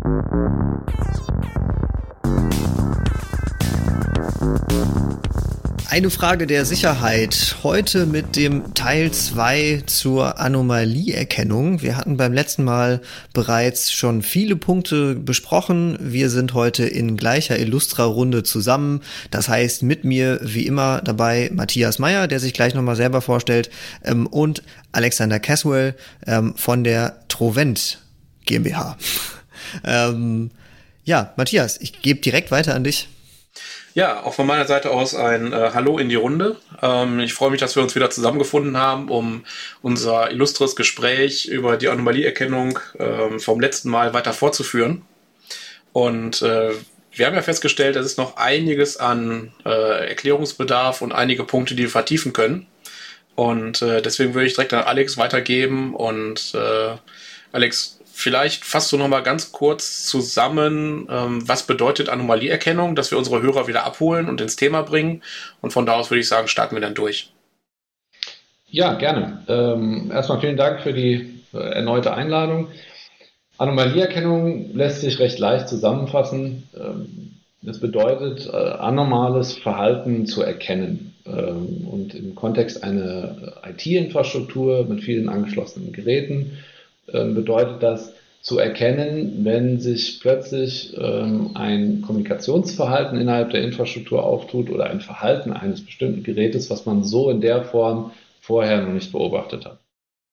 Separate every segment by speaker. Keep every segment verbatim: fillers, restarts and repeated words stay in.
Speaker 1: Eine Frage der Sicherheit. Heute mit dem Teil zwei zur Anomalieerkennung. Wir hatten beim letzten Mal bereits schon viele Punkte besprochen. Wir sind heute in gleicher Illustra-Runde zusammen. Das heißt, mit mir wie immer dabei Matthias Meyer, der sich gleich nochmal selber vorstellt, ähm, und Alexander Caswell ähm, von der Trovent GmbH. ähm, ja, Matthias, ich gebe direkt weiter an dich.
Speaker 2: Ja, auch von meiner Seite aus ein äh, Hallo in die Runde. Ähm, ich freue mich, dass wir uns wieder zusammengefunden haben, um unser illustres Gespräch über die Anomalieerkennung ähm, vom letzten Mal weiter fortzuführen. Und äh, wir haben ja festgestellt, es ist noch einiges an äh, Erklärungsbedarf und einige Punkte, die wir vertiefen können. Und äh, deswegen würde ich direkt an Alex weitergeben. Und äh, Alex, vielleicht fasst du noch mal ganz kurz zusammen, ähm, was bedeutet Anomalieerkennung, dass wir unsere Hörer wieder abholen und ins Thema bringen. Und von da aus würde ich sagen, starten wir dann durch.
Speaker 3: Ja, gerne. Ähm, erstmal vielen Dank für die äh, erneute Einladung. Anomalieerkennung lässt sich recht leicht zusammenfassen. Ähm, das bedeutet, äh, anormales Verhalten zu erkennen. Ähm, und im Kontext einer I T-Infrastruktur mit vielen angeschlossenen Geräten bedeutet das zu erkennen, wenn sich plötzlich ähm, ein Kommunikationsverhalten innerhalb der Infrastruktur auftut oder ein Verhalten eines bestimmten Gerätes, was man so in der Form vorher noch nicht beobachtet hat.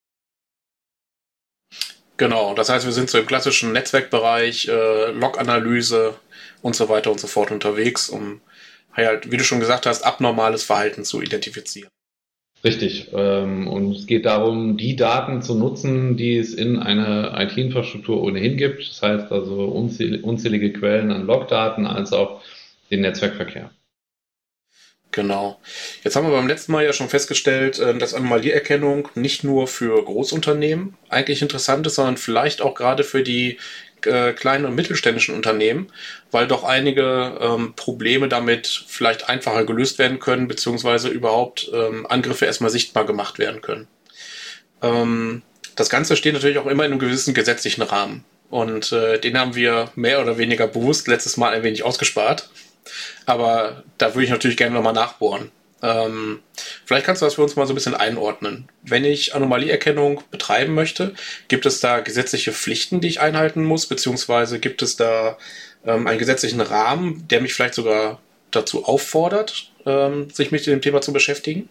Speaker 2: Genau, das heißt, wir sind so im klassischen Netzwerkbereich, äh, Log-Analyse und so weiter und so fort unterwegs, um halt, wie du schon gesagt hast, abnormales Verhalten zu identifizieren.
Speaker 3: Richtig. Und es geht darum, die Daten zu nutzen, die es in einer I T-Infrastruktur ohnehin gibt. Das heißt also unzählige Quellen an Logdaten als auch den Netzwerkverkehr.
Speaker 2: Genau. Jetzt haben wir beim letzten Mal ja schon festgestellt, dass Anomalieerkennung nicht nur für Großunternehmen eigentlich interessant ist, sondern vielleicht auch gerade für die äh, kleinen und mittelständischen Unternehmen, weil doch einige ähm, Probleme damit vielleicht einfacher gelöst werden können, beziehungsweise überhaupt ähm, Angriffe erstmal sichtbar gemacht werden können. Ähm, das Ganze steht natürlich auch immer in einem gewissen gesetzlichen Rahmen. Und äh, den haben wir mehr oder weniger bewusst letztes Mal ein wenig ausgespart. Aber da würde ich natürlich gerne nochmal nachbohren. Ähm, vielleicht kannst du das für uns mal so ein bisschen einordnen. Wenn ich Anomalieerkennung betreiben möchte, gibt es da gesetzliche Pflichten, die ich einhalten muss, beziehungsweise gibt es da ähm, einen gesetzlichen Rahmen, der mich vielleicht sogar dazu auffordert, ähm, sich mit dem Thema zu beschäftigen?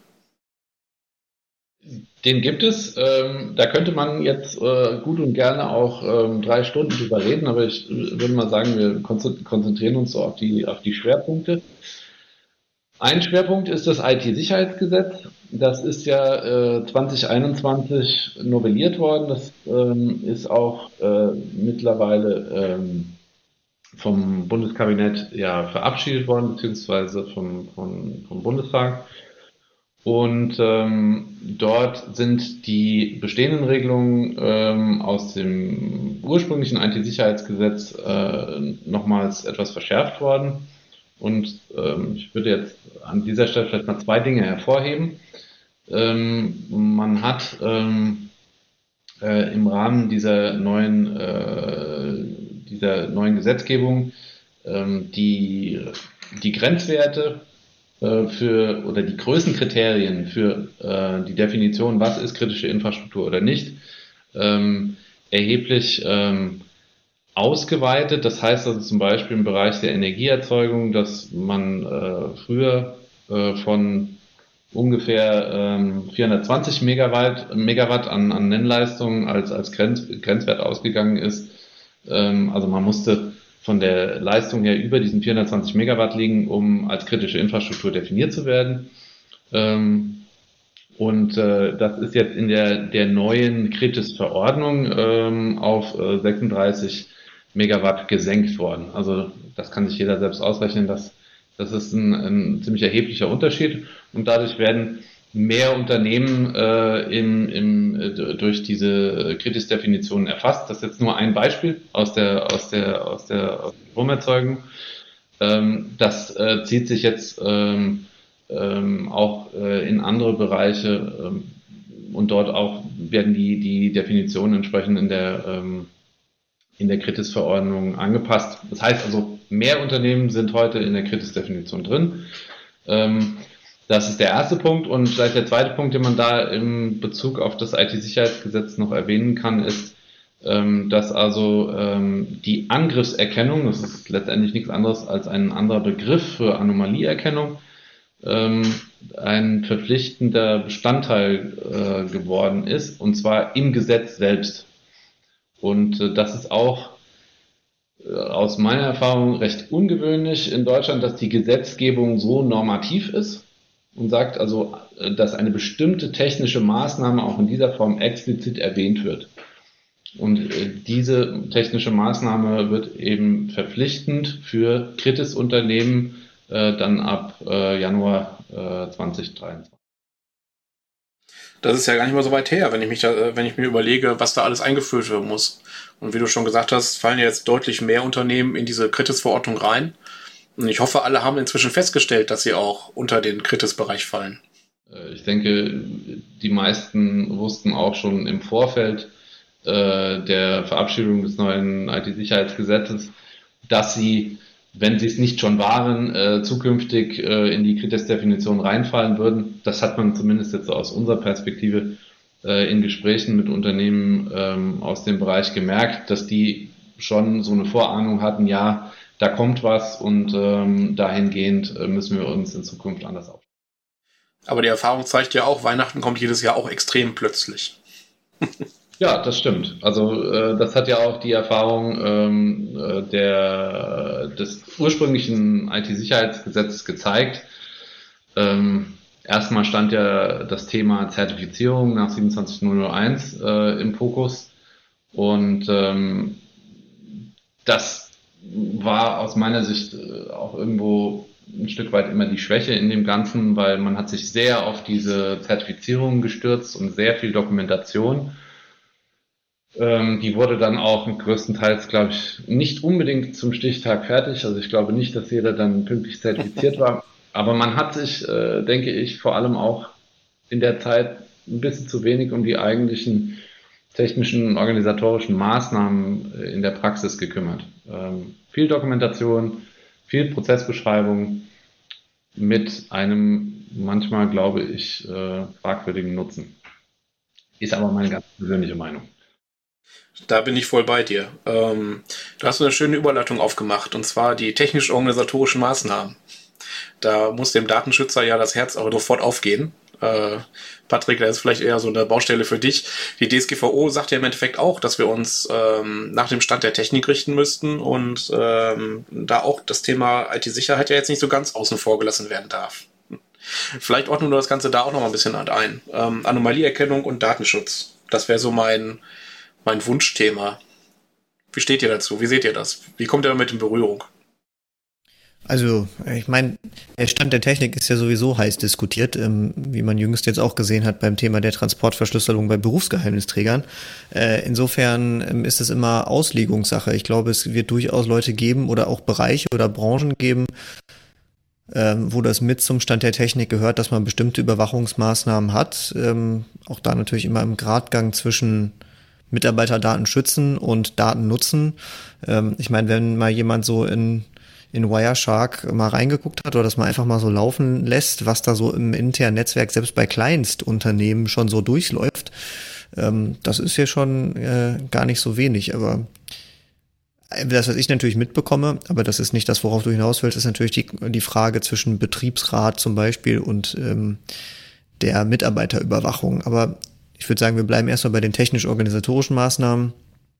Speaker 3: Den gibt es. Ähm, da könnte man jetzt äh, gut und gerne auch ähm, drei Stunden drüber reden, aber ich würde mal sagen, wir konzentrieren uns so auf die, auf die Schwerpunkte. Ein Schwerpunkt ist das I T-Sicherheitsgesetz. Das ist ja äh, zwanzig einundzwanzig novelliert worden. Das ähm, ist auch äh, mittlerweile ähm, vom Bundeskabinett ja verabschiedet worden, beziehungsweise vom, vom, vom Bundestag. Und ähm, dort sind die bestehenden Regelungen ähm, aus dem ursprünglichen I T-Sicherheitsgesetz äh, nochmals etwas verschärft worden. Und ähm, ich würde jetzt an dieser Stelle vielleicht mal zwei Dinge hervorheben. Ähm, man hat ähm, äh, im Rahmen dieser neuen, äh, dieser neuen Gesetzgebung ähm, die, die Grenzwerte äh, für oder die Größenkriterien für äh, die Definition, was ist kritische Infrastruktur oder nicht, ähm, erheblich ähm, ausgeweitet. Das heißt also zum Beispiel im Bereich der Energieerzeugung, dass man äh, früher äh, von ungefähr ähm, vierhundertzwanzig Megawatt, Megawatt an, an Nennleistung als, als Grenz, Grenzwert ausgegangen ist. Ähm, also man musste von der Leistung her über diesen vierhundertzwanzig Megawatt liegen, um als kritische Infrastruktur definiert zu werden. Ähm, Und äh, das ist jetzt in der, der neuen Kritis-Verordnung ähm, auf äh, sechsunddreißig Megawatt gesenkt worden. Also das kann sich jeder selbst ausrechnen, dass das ist ein, ein ziemlich erheblicher Unterschied. Und dadurch werden mehr Unternehmen äh, im, im, äh, durch diese Kritis-Definitionen erfasst. Das ist jetzt nur ein Beispiel aus der, aus der, aus der, aus der Stromerzeugung. Ähm, das äh, zieht sich jetzt ähm, ähm, auch äh, in andere Bereiche ähm, und dort auch werden die, die Definitionen entsprechend in der, ähm, in der Kritis-Verordnung angepasst. Das heißt also, mehr Unternehmen sind heute in der Kritis-Definition drin. Ähm, das ist der erste Punkt. Und vielleicht der zweite Punkt, den man da im Bezug auf das I T-Sicherheitsgesetz noch erwähnen kann, ist, ähm, dass also ähm, die Angriffserkennung, das ist letztendlich nichts anderes als ein anderer Begriff für Anomalieerkennung, ähm, ein verpflichtender Bestandteil äh, geworden ist, und zwar im Gesetz selbst. Und äh, das ist auch äh, aus meiner Erfahrung recht ungewöhnlich in Deutschland, dass die Gesetzgebung so normativ ist und sagt also, äh, dass eine bestimmte technische Maßnahme auch in dieser Form explizit erwähnt wird. Und äh, diese technische Maßnahme wird eben verpflichtend für Kritis-Unternehmen äh, dann ab äh, Januar äh, zwanzig dreiundzwanzig.
Speaker 2: Das ist ja gar nicht mal so weit her, wenn ich mich da, wenn ich mir überlege, was da alles eingeführt werden muss. Und wie du schon gesagt hast, fallen ja jetzt deutlich mehr Unternehmen in diese Kritis-Verordnung rein. Und ich hoffe, alle haben inzwischen festgestellt, dass sie auch unter den Kritis-Bereich fallen.
Speaker 3: Ich denke, die meisten wussten auch schon im Vorfeld äh, der Verabschiedung des neuen I T-Sicherheitsgesetzes, dass sie, wenn sie es nicht schon waren, äh, zukünftig äh, in die Kritis-Definition reinfallen würden. Das hat man zumindest jetzt aus unserer Perspektive äh, in Gesprächen mit Unternehmen ähm, aus dem Bereich gemerkt, dass die schon so eine Vorahnung hatten, ja, da kommt was, und ähm, dahingehend äh, müssen wir uns in Zukunft anders aufstellen.
Speaker 2: Aber die Erfahrung zeigt ja auch, Weihnachten kommt jedes Jahr auch extrem plötzlich.
Speaker 3: Ja, das stimmt. Also äh, das hat ja auch die Erfahrung ähm, äh, der, des ursprünglichen I T-Sicherheitsgesetzes gezeigt. Ähm, erstmal stand ja das Thema Zertifizierung nach siebenundzwanzig null null eins äh, im Fokus, und ähm, das war aus meiner Sicht äh, auch irgendwo ein Stück weit immer die Schwäche in dem Ganzen, weil man hat sich sehr auf diese Zertifizierung gestürzt und sehr viel Dokumentation. Die wurde dann auch größtenteils, glaube ich, nicht unbedingt zum Stichtag fertig. Also ich glaube nicht, dass jeder dann pünktlich zertifiziert war. Aber man hat sich, äh, denke ich, vor allem auch in der Zeit ein bisschen zu wenig um die eigentlichen technischen und organisatorischen Maßnahmen in der Praxis gekümmert. Ähm, viel Dokumentation, viel Prozessbeschreibung mit einem manchmal, glaube ich, äh, fragwürdigen Nutzen. Ist aber meine ganz persönliche Meinung.
Speaker 2: Da bin ich voll bei dir. Ähm, du hast eine schöne Überleitung aufgemacht, und zwar die technisch-organisatorischen Maßnahmen. Da muss dem Datenschützer ja das Herz aber sofort aufgehen. Äh, Patrick, da ist vielleicht eher so eine Baustelle für dich. Die D S G V O sagt ja im Endeffekt auch, dass wir uns ähm, nach dem Stand der Technik richten müssten, und ähm, da auch das Thema I T-Sicherheit ja jetzt nicht so ganz außen vor gelassen werden darf. Vielleicht ordnen wir das Ganze da auch noch mal ein bisschen ein. Ähm, Anomalieerkennung und Datenschutz. Das wäre so mein Mein Wunschthema. Wie steht ihr dazu? Wie seht ihr das? Wie kommt ihr damit in Berührung?
Speaker 1: Also, ich meine, der Stand der Technik ist ja sowieso heiß diskutiert, ähm, wie man jüngst jetzt auch gesehen hat beim Thema der Transportverschlüsselung bei Berufsgeheimnisträgern. Äh, insofern ähm, ist es immer Auslegungssache. Ich glaube, es wird durchaus Leute geben oder auch Bereiche oder Branchen geben, ähm, wo das mit zum Stand der Technik gehört, dass man bestimmte Überwachungsmaßnahmen hat. Ähm, auch da natürlich immer im Gradgang zwischen Mitarbeiterdaten schützen und Daten nutzen. Ähm, ich meine, wenn mal jemand so in, in Wireshark mal reingeguckt hat oder das mal einfach mal so laufen lässt, was da so im internen Netzwerk selbst bei Kleinstunternehmen schon so durchläuft, ähm, das ist ja schon äh, gar nicht so wenig. Aber das, was ich natürlich mitbekomme, aber das ist nicht das, worauf du hinaus willst, ist natürlich die, die Frage zwischen Betriebsrat zum Beispiel und ähm, der Mitarbeiterüberwachung. Aber ich würde sagen, wir bleiben erstmal bei den technisch-organisatorischen Maßnahmen.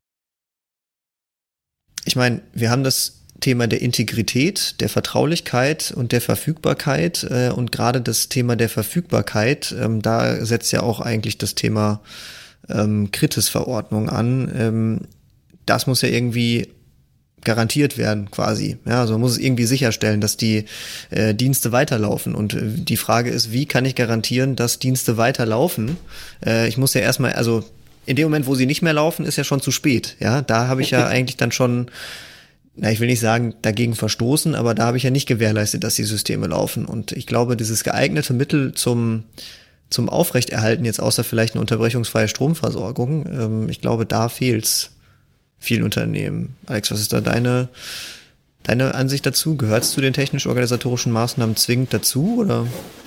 Speaker 1: Ich meine, wir haben das Thema der Integrität, der Vertraulichkeit und der Verfügbarkeit. Äh, und gerade das Thema der Verfügbarkeit, ähm, da setzt ja auch eigentlich das Thema ähm, Kritis-Verordnung an. Ähm, das muss ja irgendwie garantiert werden quasi. Ja, also man muss es irgendwie sicherstellen, dass die äh, Dienste weiterlaufen. Und äh, die Frage ist, wie kann ich garantieren, dass Dienste weiterlaufen? Äh, ich muss ja erstmal, also in dem Moment, wo sie nicht mehr laufen, ist ja schon zu spät. Ja, da habe ich ja eigentlich dann schon, na, ich will nicht sagen, dagegen verstoßen, aber da habe ich ja nicht gewährleistet, dass die Systeme laufen. Und ich glaube, dieses geeignete Mittel zum zum Aufrechterhalten, jetzt außer vielleicht eine unterbrechungsfreie Stromversorgung, ähm, ich glaube, da fehlt's vielen Unternehmen. Alex, was ist da deine, deine Ansicht dazu? Gehört es zu den technisch-organisatorischen Maßnahmen zwingend dazu, oder?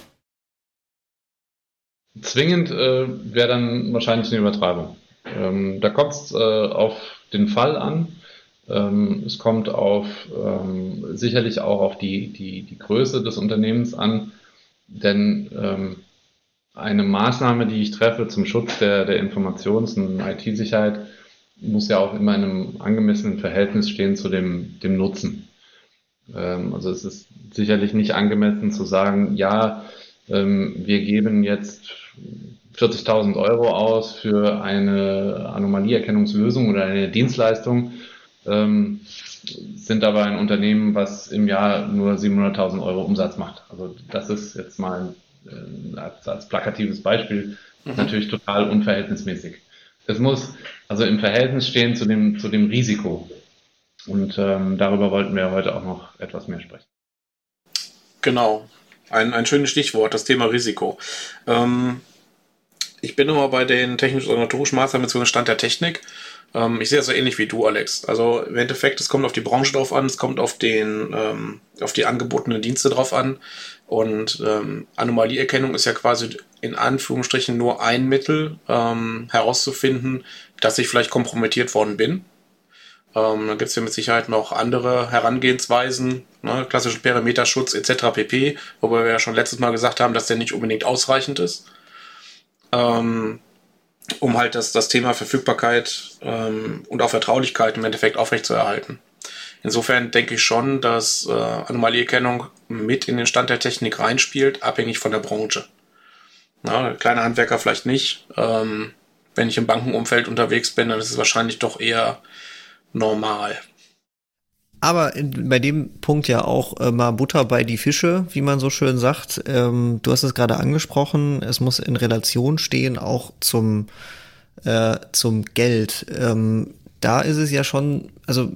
Speaker 3: Zwingend äh, wäre dann wahrscheinlich eine Übertreibung. Ähm, da kommt es äh, auf den Fall an. Ähm, es kommt auf ähm, sicherlich auch auf die, die, die Größe des Unternehmens an, denn ähm, eine Maßnahme, die ich treffe zum Schutz der, der Informations- und I T-Sicherheit, muss ja auch immer in einem angemessenen Verhältnis stehen zu dem, dem Nutzen. Ähm, also es ist sicherlich nicht angemessen zu sagen, ja, ähm, wir geben jetzt vierzigtausend Euro aus für eine Anomalieerkennungslösung oder eine Dienstleistung, ähm, sind aber ein Unternehmen, was im Jahr nur siebenhunderttausend Euro Umsatz macht. Also das ist jetzt mal äh, als, als plakatives Beispiel mhm. natürlich total unverhältnismäßig. Es muss also im Verhältnis stehen zu dem, zu dem Risiko. Und ähm, darüber wollten wir heute auch noch etwas mehr sprechen.
Speaker 2: Genau, ein, ein schönes Stichwort, das Thema Risiko. Ähm, ich bin immer bei den technisch-organisatorischen Maßnahmen bzw. Stand der Technik. Ähm, ich sehe das so ähnlich wie du, Alex. Also im Endeffekt, es kommt auf die Branche drauf an, es kommt auf, den, ähm, auf die angebotenen Dienste drauf an. Und ähm, Anomalieerkennung ist ja quasi in Anführungsstrichen nur ein Mittel, ähm, herauszufinden, dass ich vielleicht kompromittiert worden bin. Ähm, dann gibt es ja mit Sicherheit noch andere Herangehensweisen, ne, klassischen Perimeterschutz et cetera pp., wobei wir ja schon letztes Mal gesagt haben, dass der nicht unbedingt ausreichend ist, ähm, um halt das, das Thema Verfügbarkeit ähm, und auch Vertraulichkeit im Endeffekt aufrechtzuerhalten. Insofern denke ich schon, dass äh, Anomalieerkennung mit in den Stand der Technik reinspielt, abhängig von der Branche. Na, kleine Handwerker vielleicht nicht. Ähm, wenn ich im Bankenumfeld unterwegs bin, dann ist es wahrscheinlich doch eher normal.
Speaker 1: Aber in, bei dem Punkt ja auch äh, mal Butter bei die Fische, wie man so schön sagt. Ähm, du hast es gerade angesprochen, es muss in Relation stehen auch zum, äh, zum Geld. Ähm, da ist es ja schon, also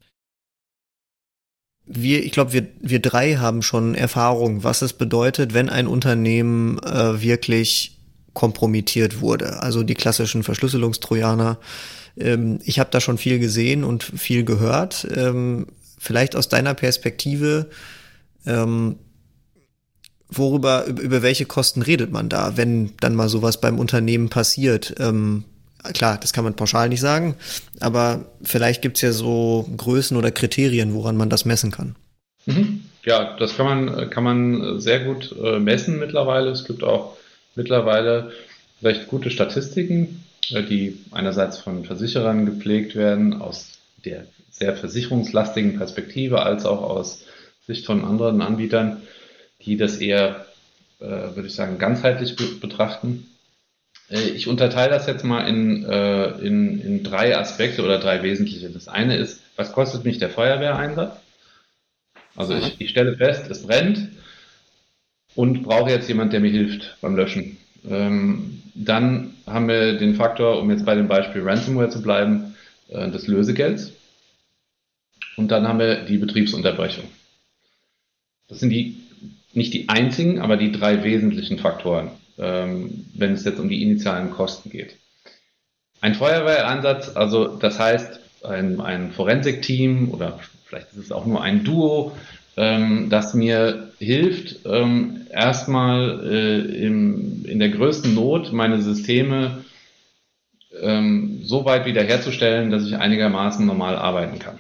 Speaker 1: wir, ich glaube, wir, wir drei haben schon Erfahrung, was es bedeutet, wenn ein Unternehmen äh, wirklich kompromittiert wurde. Also die klassischen Verschlüsselungstrojaner. Ähm, ich habe da schon viel gesehen und viel gehört. Ähm, vielleicht aus deiner Perspektive, ähm, worüber, über welche Kosten redet man da, wenn dann mal sowas beim Unternehmen passiert? Ähm, Klar, das kann man pauschal nicht sagen, aber vielleicht gibt's ja so Größen oder Kriterien, woran man das messen kann.
Speaker 3: Mhm. Ja, das kann man, kann man sehr gut äh, messen mittlerweile. Es gibt auch mittlerweile recht gute Statistiken, äh, die einerseits von Versicherern gepflegt werden, aus der sehr versicherungslastigen Perspektive, als auch aus Sicht von anderen Anbietern, die das eher, äh, würde ich sagen, ganzheitlich be- betrachten. Ich unterteile das jetzt mal in, äh, in, in drei Aspekte oder drei wesentliche. Das eine ist, was kostet mich der Feuerwehreinsatz? Also ich, ich stelle fest, es brennt und brauche jetzt jemand, der mir hilft beim Löschen. Ähm, dann haben wir den Faktor, um jetzt bei dem Beispiel Ransomware zu bleiben, äh, des Lösegelds. Und dann haben wir die Betriebsunterbrechung. Das sind die nicht die einzigen, aber die drei wesentlichen Faktoren, ähm, wenn es jetzt um die initialen Kosten geht. Ein Feuerwehreinsatz, also das heißt ein, ein Forensikteam oder vielleicht ist es auch nur ein Duo, ähm, das mir hilft, ähm, erstmal äh, im, in der größten Not meine Systeme ähm, so weit wiederherzustellen, dass ich einigermaßen normal arbeiten kann.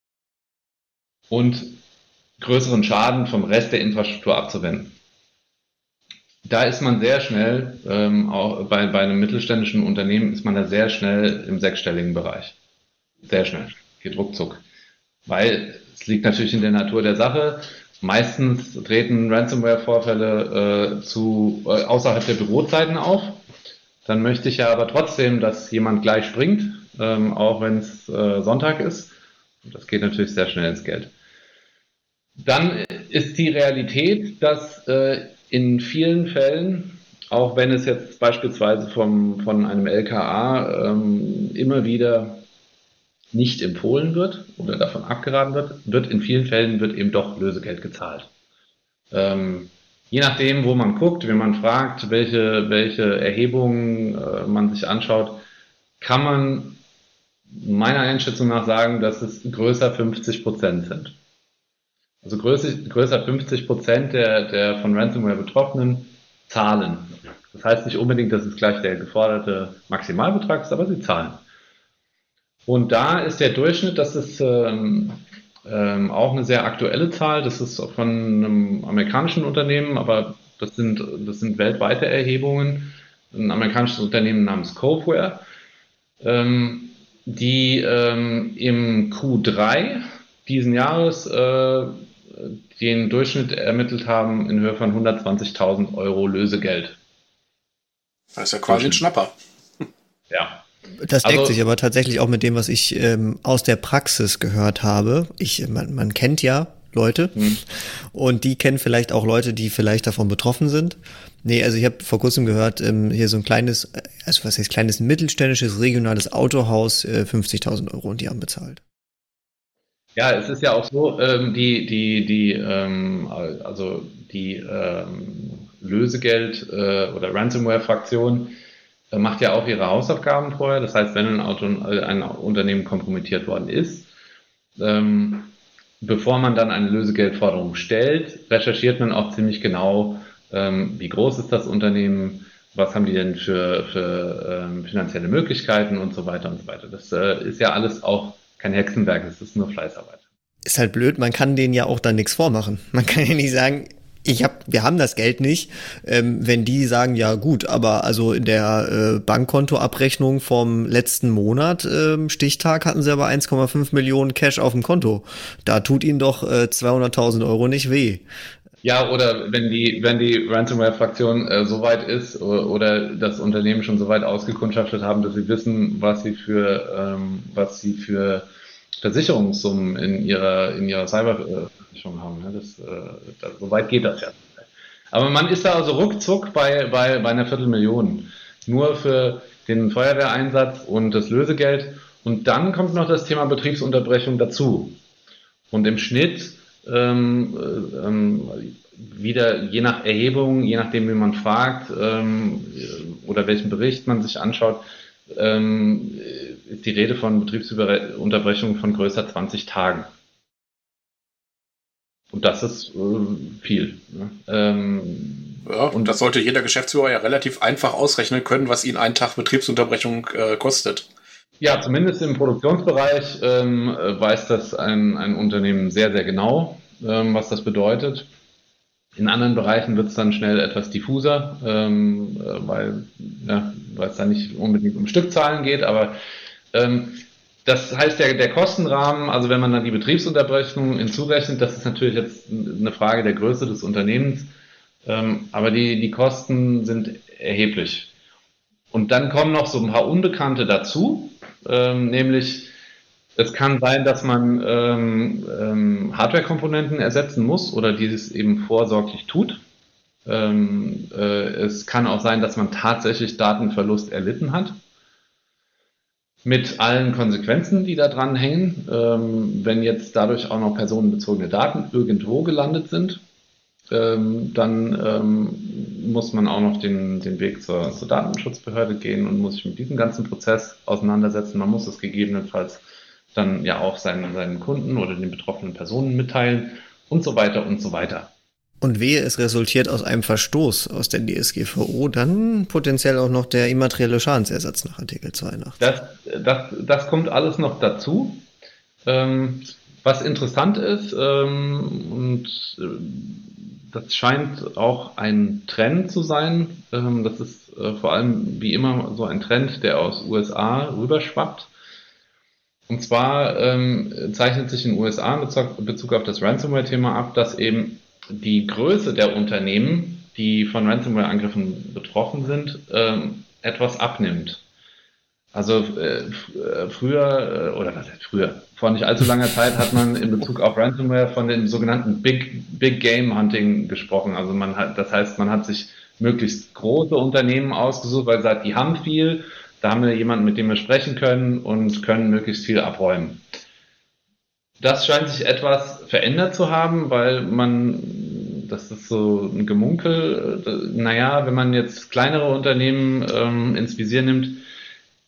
Speaker 3: Und größeren Schaden vom Rest der Infrastruktur abzuwenden. Da ist man sehr schnell, ähm, auch bei, bei einem mittelständischen Unternehmen ist man da sehr schnell im sechsstelligen Bereich. Sehr schnell, geht ruckzuck. Weil es liegt natürlich in der Natur der Sache. Meistens treten Ransomware-Vorfälle äh, zu, äh, außerhalb der Bürozeiten auf. Dann möchte ich ja aber trotzdem, dass jemand gleich springt, ähm, auch wenn es äh, Sonntag ist. Und das geht natürlich sehr schnell ins Geld. Dann ist die Realität, dass äh, in vielen Fällen, auch wenn es jetzt beispielsweise vom, von einem L K A ähm, immer wieder nicht empfohlen wird oder davon abgeraten wird, wird in vielen Fällen wird eben doch Lösegeld gezahlt. Ähm, je nachdem, wo man guckt, wenn man fragt, welche, welche Erhebungen äh, man sich anschaut, kann man meiner Einschätzung nach sagen, dass es größer fünfzig Prozent sind. Also größer, größer fünfzig Prozent der, der von Ransomware Betroffenen zahlen. Das heißt nicht unbedingt, dass es gleich der geforderte Maximalbetrag ist, aber sie zahlen. Und da ist der Durchschnitt, das ist ähm, ähm, auch eine sehr aktuelle Zahl, das ist von einem amerikanischen Unternehmen, aber das sind, das sind weltweite Erhebungen, ein amerikanisches Unternehmen namens Coveware, ähm, die ähm, im Q drei diesen Jahres äh, den Durchschnitt ermittelt haben in Höhe von hundertzwanzigtausend Euro Lösegeld.
Speaker 2: Das ist ja quasi ein Schnapper.
Speaker 3: Ja.
Speaker 1: Das deckt
Speaker 3: Also,
Speaker 1: sich aber tatsächlich auch mit dem, was ich ähm, aus der Praxis gehört habe. Ich, man, man kennt ja Leute hm. und die kennen vielleicht auch Leute, die vielleicht davon betroffen sind. Nee, also ich habe vor kurzem gehört, ähm, hier so ein kleines, also was heißt kleines, mittelständisches, regionales Autohaus, äh, fünfzigtausend Euro und die haben bezahlt.
Speaker 3: Ja, es ist ja auch so, ähm, die, die, die, ähm, also die ähm, Lösegeld- äh, oder Ransomware-Fraktion äh, macht ja auch ihre Hausaufgaben vorher. Das heißt, wenn ein, Auto, äh, ein Unternehmen kompromittiert worden ist, ähm, bevor man dann eine Lösegeldforderung stellt, recherchiert man auch ziemlich genau, ähm, wie groß ist das Unternehmen, was haben die denn für, für ähm, finanzielle Möglichkeiten und so weiter und so weiter. Das äh, ist ja alles auch kein Hexenwerk, es ist nur Fleißarbeit.
Speaker 1: Ist halt blöd, man kann denen ja auch dann nichts vormachen. Man kann ja nicht sagen, ich hab, wir haben das Geld nicht, ähm, wenn die sagen, ja gut, aber also in der äh, Bankkontoabrechnung vom letzten Monat, ähm, Stichtag, hatten sie aber eins Komma fünf Millionen Cash auf dem Konto. Da tut ihnen doch äh, zweihunderttausend Euro nicht weh.
Speaker 3: Ja, oder wenn die, wenn die Ransomware-Fraktion äh, so weit ist oder, oder das Unternehmen schon so weit ausgekundschaftet haben, dass sie wissen, was sie für, ähm, was sie für Versicherungssummen in ihrer, in ihrer Cyberversicherung haben. Ja, das, äh, das, so weit geht das ja. Aber man ist da also ruckzuck bei, bei, bei einer Viertelmillion. Nur für den Feuerwehreinsatz und das Lösegeld. Und dann kommt noch das Thema Betriebsunterbrechung dazu. Und im Schnitt Ähm, ähm, wieder je nach Erhebung, je nachdem wie man fragt ähm, oder welchen Bericht man sich anschaut, ähm, ist die Rede von Betriebsunterbrechung von größer zwanzig Tagen. Und das ist äh, viel. Ne? Ähm,
Speaker 2: ja, und das sollte jeder Geschäftsführer ja relativ einfach ausrechnen können, was ihn ein Tag Betriebsunterbrechung äh, kostet.
Speaker 3: Ja, zumindest im Produktionsbereich ähm, weiß das ein, ein Unternehmen sehr, sehr genau, ähm, was das bedeutet. In anderen Bereichen wird es dann schnell etwas diffuser, ähm, weil, ja, weil es da nicht unbedingt um Stückzahlen geht, aber ähm, das heißt, der, der Kostenrahmen, also wenn man dann die Betriebsunterbrechung hinzurechnet, das ist natürlich jetzt eine Frage der Größe des Unternehmens, ähm, aber die, die Kosten sind erheblich. Und dann kommen noch so ein paar Unbekannte dazu, ähm, nämlich es kann sein, dass man ähm, ähm, Hardware-Komponenten ersetzen muss oder dieses eben vorsorglich tut. Ähm, äh, es kann auch sein, dass man tatsächlich Datenverlust erlitten hat, mit allen Konsequenzen, die da dran hängen. Ähm, wenn jetzt dadurch auch noch personenbezogene Daten irgendwo gelandet sind, ähm, dann ähm, muss man auch noch den, den Weg zur, zur Datenschutzbehörde gehen und muss sich mit diesem ganzen Prozess auseinandersetzen. Man muss es gegebenenfalls dann ja auch seinen, seinen Kunden oder den betroffenen Personen mitteilen und so weiter und so weiter.
Speaker 1: Und wehe, es resultiert aus einem Verstoß aus der D S G V O, dann potenziell auch noch der immaterielle Schadensersatz nach Artikel zweiundachtzig.
Speaker 3: Das, das, das kommt alles noch dazu. Ähm, was interessant ist, ähm, und äh, das scheint auch ein Trend zu sein, ähm, das ist äh, vor allem wie immer so ein Trend, der aus U S A rüberschwappt. Und zwar ähm, zeichnet sich in den U S A in Bezug, Bezug auf das Ransomware-Thema ab, dass eben die Größe der Unternehmen, die von Ransomware-Angriffen betroffen sind, ähm, etwas abnimmt. Also äh, früher, oder was heißt früher, vor nicht allzu langer Zeit hat man in Bezug auf Ransomware von dem sogenannten Big, Big Game Hunting gesprochen. Also man hat, das heißt, man hat sich möglichst große Unternehmen ausgesucht, weil sagt, die haben viel, da haben wir jemanden, mit dem wir sprechen können und können möglichst viel abräumen. Das scheint sich etwas verändert zu haben, weil man, das ist so ein Gemunkel, naja, wenn man jetzt kleinere Unternehmen ähm, ins Visier nimmt,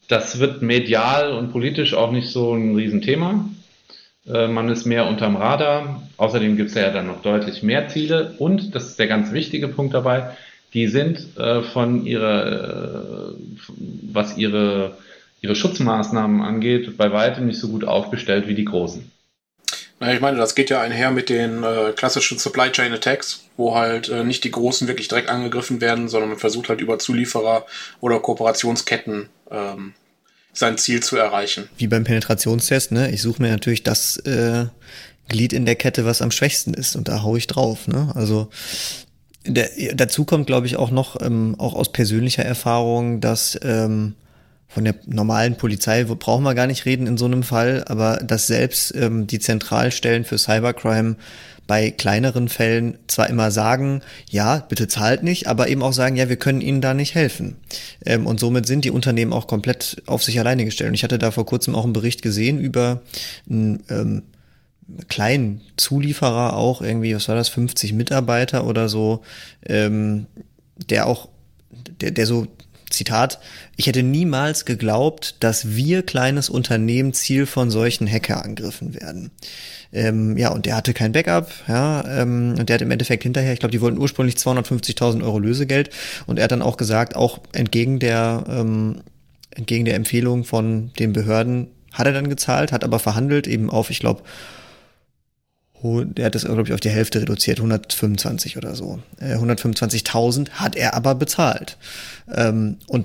Speaker 3: Das wird medial und politisch auch nicht so ein Riesenthema. Äh, man ist mehr unterm Radar. Außerdem gibt es ja dann noch deutlich mehr Ziele. Und, das ist der ganz wichtige Punkt dabei, die sind äh, von ihrer, äh, was ihre, ihre Schutzmaßnahmen angeht, bei weitem nicht so gut aufgestellt wie die Großen.
Speaker 2: Na, ich meine, das geht ja einher mit den äh, klassischen Supply Chain Attacks, wo halt äh, nicht die Großen wirklich direkt angegriffen werden, sondern man versucht halt über Zulieferer oder Kooperationsketten ähm, sein Ziel zu erreichen.
Speaker 1: Wie beim Penetrationstest, ne? Ich suche mir natürlich das äh, Glied in der Kette, was am schwächsten ist, und da hau ich drauf, ne? Also der, dazu kommt, glaube ich, auch noch, ähm, auch aus persönlicher Erfahrung, dass ähm, von der normalen Polizei brauchen wir gar nicht reden in so einem Fall, aber dass selbst ähm, die Zentralstellen für Cybercrime bei kleineren Fällen zwar immer sagen, ja, bitte zahlt nicht, aber eben auch sagen, ja, wir können Ihnen da nicht helfen. Ähm, und somit sind die Unternehmen auch komplett auf sich alleine gestellt. Und ich hatte da vor kurzem auch einen Bericht gesehen über einen ähm, kleinen Zulieferer, auch irgendwie, was war das, fünfzig Mitarbeiter oder so, ähm, der auch, der, der so, Zitat, ich hätte niemals geglaubt, dass wir, kleines Unternehmen, Ziel von solchen Hackerangriffen werden. Ähm, ja, und der hatte kein Backup, ja, ähm, und der hat im Endeffekt hinterher, ich glaube, die wollten ursprünglich zweihundertfünfzigtausend Euro Lösegeld, und er hat dann auch gesagt, auch entgegen der, ähm, entgegen der Empfehlung von den Behörden hat er dann gezahlt, hat aber verhandelt eben auf, ich glaube, der hat das, glaube ich, auf die Hälfte reduziert, hundertfünfundzwanzig oder so. Äh, hundertfünfundzwanzigtausend hat er aber bezahlt. Ähm, und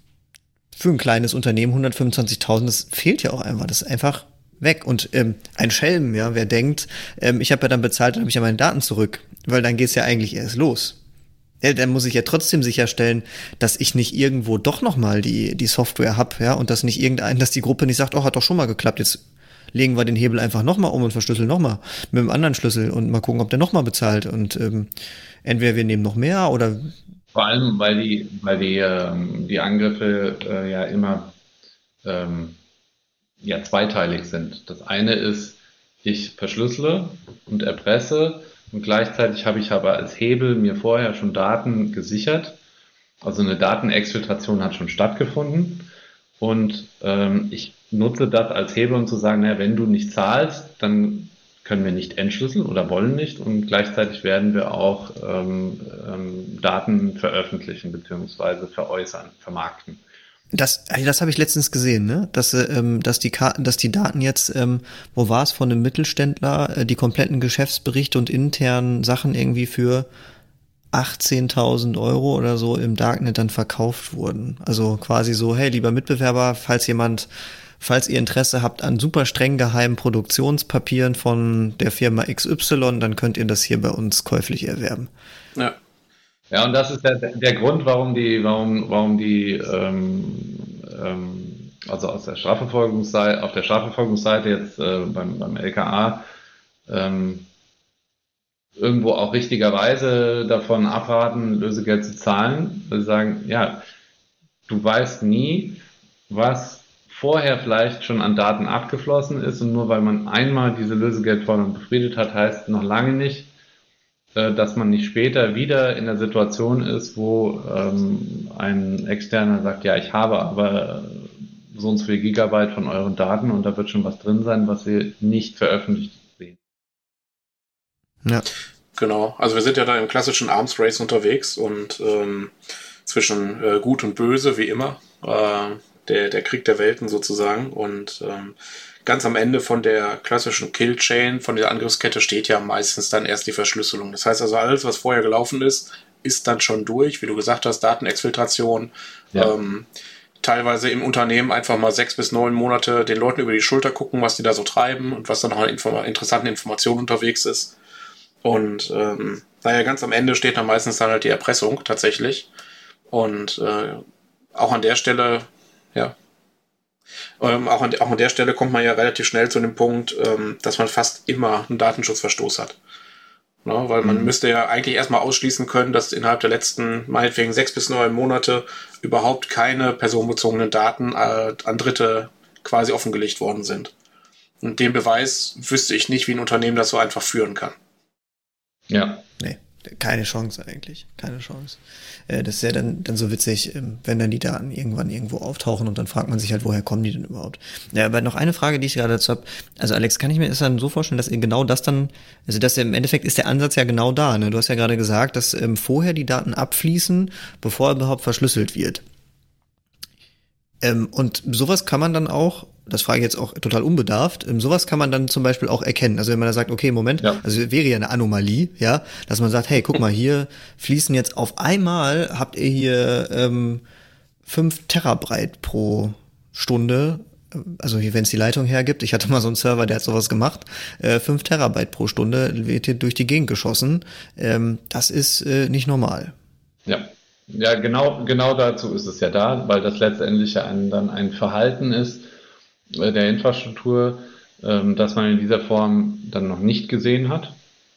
Speaker 1: für ein kleines Unternehmen hundertfünfundzwanzigtausend, das fehlt ja auch einfach. Das ist einfach weg. Und ähm, ein Schelm, ja, wer denkt, ähm, ich habe ja dann bezahlt, dann habe ich ja meine Daten zurück. Weil dann geht's ja eigentlich erst los. Ja, dann muss ich ja trotzdem sicherstellen, dass ich nicht irgendwo doch nochmal die, die Software hab, ja, und dass nicht irgendein, dass die Gruppe nicht sagt, oh, hat doch schon mal geklappt, jetzt legen wir den Hebel einfach nochmal um und verschlüsseln nochmal mit einem anderen Schlüssel und mal gucken, ob der nochmal bezahlt. Und ähm, entweder wir nehmen noch mehr oder...
Speaker 3: Vor allem, weil die, weil die, ähm, die Angriffe äh, ja immer ähm, ja, zweiteilig sind. Das eine ist, ich verschlüssele und erpresse, und gleichzeitig habe ich aber als Hebel mir vorher schon Daten gesichert. Also eine Datenexfiltration hat schon stattgefunden. Und ähm, ich nutze das als Hebel, um zu sagen, naja, wenn du nicht zahlst, dann können wir nicht entschlüsseln oder wollen nicht, und gleichzeitig werden wir auch ähm, ähm, Daten veröffentlichen bzw. veräußern, vermarkten.
Speaker 1: Das, das habe ich letztens gesehen, ne? Dass, ähm, dass die Karten, dass die Daten jetzt, ähm, wo war es, von einem Mittelständler, äh, die kompletten Geschäftsberichte und internen Sachen irgendwie für achtzehntausend Euro oder so im Darknet dann verkauft wurden. Also quasi so, hey, lieber Mitbewerber, falls jemand, falls ihr Interesse habt an super streng geheimen Produktionspapieren von der Firma X Y, dann könnt ihr das hier bei uns käuflich erwerben.
Speaker 2: Ja.
Speaker 3: Ja, und das ist der, der Grund, warum die, warum, warum die, ähm, ähm, also aus der Strafverfolgungsseite, auf der Strafverfolgungsseite jetzt äh, beim, beim L K A ähm, irgendwo auch richtigerweise davon abraten, Lösegeld zu zahlen, weil sie sagen, ja, du weißt nie, was vorher vielleicht schon an Daten abgeflossen ist, und nur weil man einmal diese Lösegeldforderung befriedet hat, heißt noch lange nicht, dass man nicht später wieder in der Situation ist, wo ähm, ein Externer sagt, ja, ich habe aber so und so viel Gigabyte von euren Daten und da wird schon was drin sein, was ihr nicht veröffentlicht sehen.
Speaker 2: Ja. Genau, also wir sind ja da im klassischen Arms Race unterwegs, und ähm, zwischen äh, Gut und Böse, wie immer, äh, der, der Krieg der Welten sozusagen, und ähm, ganz am Ende von der klassischen Kill-Chain, von der Angriffskette, steht ja meistens dann erst die Verschlüsselung. Das heißt also, alles, was vorher gelaufen ist, ist dann schon durch, wie du gesagt hast, Datenexfiltration, ja. ähm, teilweise im Unternehmen einfach mal sechs bis neun Monate den Leuten über die Schulter gucken, was die da so treiben und was dann noch an inform- interessanten Informationen unterwegs ist. Und ähm, naja, ganz am Ende steht dann meistens dann halt die Erpressung tatsächlich. Und äh, auch an der Stelle, ja, ähm, auch, an, auch an der Stelle kommt man ja relativ schnell zu dem Punkt, ähm, dass man fast immer einen Datenschutzverstoß hat. Ja, weil man mhm. müsste ja eigentlich erstmal ausschließen können, dass innerhalb der letzten, meinetwegen sechs bis neun Monate überhaupt keine personenbezogenen Daten äh, an Dritte quasi offengelegt worden sind. Und den Beweis wüsste ich nicht, wie ein Unternehmen das so einfach führen kann.
Speaker 3: Ja.
Speaker 1: Nee. Keine Chance eigentlich, keine Chance. Äh, das ist ja dann, dann so witzig, ähm, wenn dann die Daten irgendwann irgendwo auftauchen und dann fragt man sich halt, woher kommen die denn überhaupt? Ja, aber noch eine Frage, die ich gerade dazu habe. Also Alex, kann ich mir das dann so vorstellen, dass ihr genau das dann, also dass im Endeffekt ist der Ansatz ja genau da, ne? Du hast ja gerade gesagt, dass ähm, vorher die Daten abfließen, bevor überhaupt verschlüsselt wird. Ähm, und sowas kann man dann auch, das frage ich jetzt auch total unbedarft, ähm, sowas kann man dann zum Beispiel auch erkennen. Also wenn man da sagt, okay, Moment, ja. also wäre ja eine Anomalie, ja, dass man sagt, hey, guck mal, hier fließen jetzt auf einmal, habt ihr hier ähm, fünf Terabyte pro Stunde, also wenn es die Leitung hergibt, ich hatte mal so einen Server, der hat sowas gemacht, äh, fünf Terabyte pro Stunde wird hier durch die Gegend geschossen. Ähm, das ist äh, nicht normal.
Speaker 3: Ja. Ja, genau, genau dazu ist es ja da, weil das letztendlich ja ein, dann ein Verhalten ist äh, der Infrastruktur, ähm, das man in dieser Form dann noch nicht gesehen hat.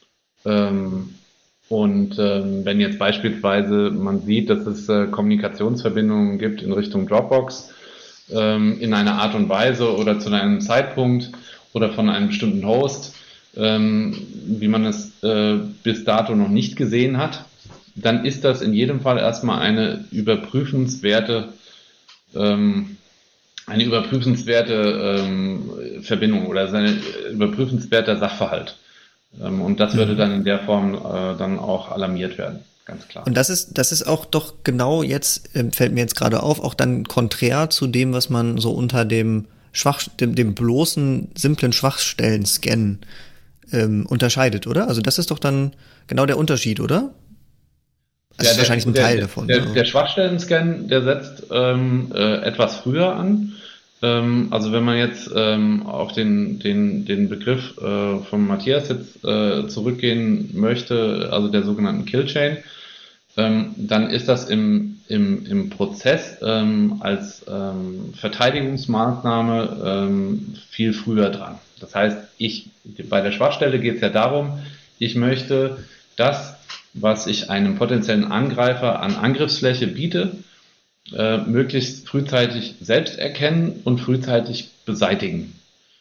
Speaker 3: Ähm, und ähm, wenn jetzt beispielsweise man sieht, dass es äh, Kommunikationsverbindungen gibt in Richtung Dropbox ähm, in einer Art und Weise oder zu einem Zeitpunkt oder von einem bestimmten Host, ähm, wie man es äh, bis dato noch nicht gesehen hat, dann ist das in jedem Fall erstmal eine überprüfenswerte, ähm, eine überprüfenswerte ähm, Verbindung oder ein überprüfenswerter Sachverhalt. Ähm, und das würde dann in der Form äh, dann auch alarmiert werden, ganz klar.
Speaker 1: Und das ist, das ist auch doch genau jetzt, äh, fällt mir jetzt gerade auf, auch dann konträr zu dem, was man so unter dem Schwach, dem, dem bloßen, simplen Schwachstellen-Scan ähm, unterscheidet, oder? Also das ist doch dann genau der Unterschied, oder? Das
Speaker 3: ja,
Speaker 1: ist wahrscheinlich ein
Speaker 3: der,
Speaker 1: Teil
Speaker 3: der,
Speaker 1: davon.
Speaker 3: Der,
Speaker 1: ja.
Speaker 3: der Schwachstellen-Scan, der setzt ähm, äh, etwas früher an. Ähm, also wenn man jetzt ähm, auf den, den, den Begriff äh, von Matthias jetzt äh, zurückgehen möchte, also der sogenannten Killchain, ähm, dann ist das im, im, im Prozess ähm, als ähm, Verteidigungsmaßnahme ähm, viel früher dran. Das heißt, ich bei der Schwachstelle geht es ja darum, ich möchte das, was ich einem potenziellen Angreifer an Angriffsfläche biete, äh, möglichst frühzeitig selbst erkennen und frühzeitig beseitigen.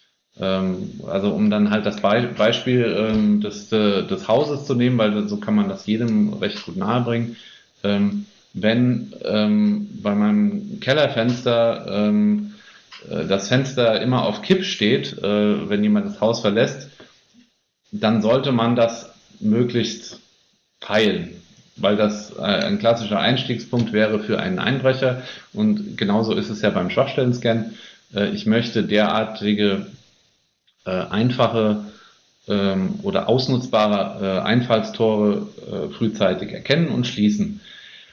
Speaker 3: Ähm, also um dann halt das Be- Beispiel ähm, des, äh, des Hauses zu nehmen, weil so kann man das jedem recht gut nahebringen. Ähm, wenn ähm, bei meinem Kellerfenster ähm, äh, das Fenster immer auf Kipp steht, äh, wenn jemand das Haus verlässt, dann sollte man das möglichst teilen, weil das äh, ein klassischer Einstiegspunkt wäre für einen Einbrecher und genauso ist es ja beim Schwachstellen-Scan. Äh, ich möchte derartige äh, einfache ähm, oder ausnutzbare äh, Einfallstore äh, frühzeitig erkennen und schließen.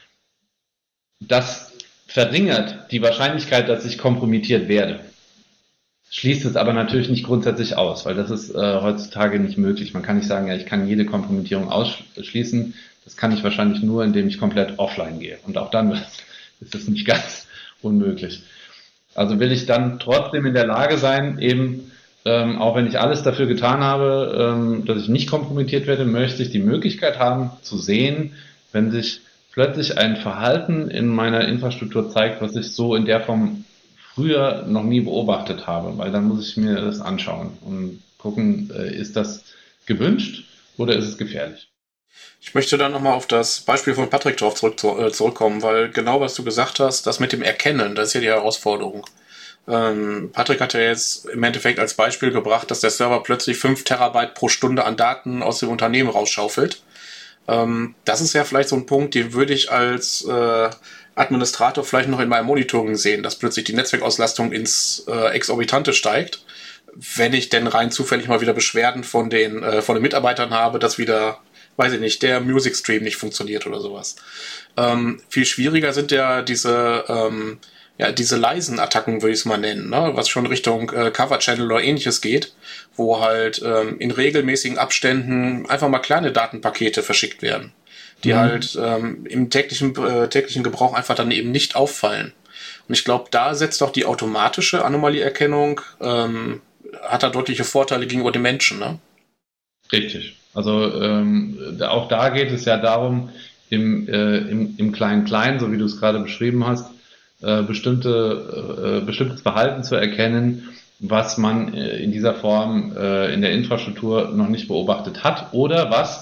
Speaker 3: Das verringert die Wahrscheinlichkeit, dass ich kompromittiert werde. Schließt es aber natürlich nicht grundsätzlich aus, weil das ist äh, heutzutage nicht möglich. Man kann nicht sagen, ja, ich kann jede Kompromittierung ausschließen. Das kann ich wahrscheinlich nur, indem ich komplett offline gehe. Und auch dann ist es nicht ganz unmöglich. Also will ich dann trotzdem in der Lage sein, eben, ähm, auch wenn ich alles dafür getan habe, ähm, dass ich nicht kompromittiert werde, möchte ich die Möglichkeit haben, zu sehen, wenn sich plötzlich ein Verhalten in meiner Infrastruktur zeigt, was ich so in der Form früher noch nie beobachtet habe, weil dann muss ich mir das anschauen und gucken, äh, ist das gewünscht oder ist es gefährlich?
Speaker 2: Ich möchte dann nochmal auf das Beispiel von Patrick drauf zurück, äh, zurückkommen, weil genau was du gesagt hast, das mit dem Erkennen, das ist ja die Herausforderung. Ähm, Patrick hat ja jetzt im Endeffekt als Beispiel gebracht, dass der Server plötzlich fünf Terabyte pro Stunde an Daten aus dem Unternehmen rausschaufelt. Ähm, das ist ja vielleicht so ein Punkt, den würde ich als äh, Administrator vielleicht noch in meinem Monitoring sehen, dass plötzlich die Netzwerkauslastung ins äh, Exorbitante steigt, wenn ich denn rein zufällig mal wieder Beschwerden von den, äh, von den Mitarbeitern habe, dass wieder, weiß ich nicht, der Music Stream nicht funktioniert oder sowas. Ähm, viel schwieriger sind ja diese, ähm, ja, diese leisen Attacken, würde ich es mal nennen, ne? Was schon Richtung äh, Cover Channel oder ähnliches geht, wo halt ähm, in regelmäßigen Abständen einfach mal kleine Datenpakete verschickt werden, die mhm. halt ähm, im täglichen, äh, täglichen Gebrauch einfach dann eben nicht auffallen. Und ich glaube, da setzt auch die automatische Anomalieerkennung, ähm, hat da deutliche Vorteile gegenüber den Menschen, ne?
Speaker 3: Richtig. Also ähm, auch da geht es ja darum, im, äh, im, im Klein-Klein, so wie du es gerade beschrieben hast, äh, bestimmte, äh, bestimmtes Verhalten zu erkennen, was man äh, in dieser Form äh, in der Infrastruktur noch nicht beobachtet hat oder was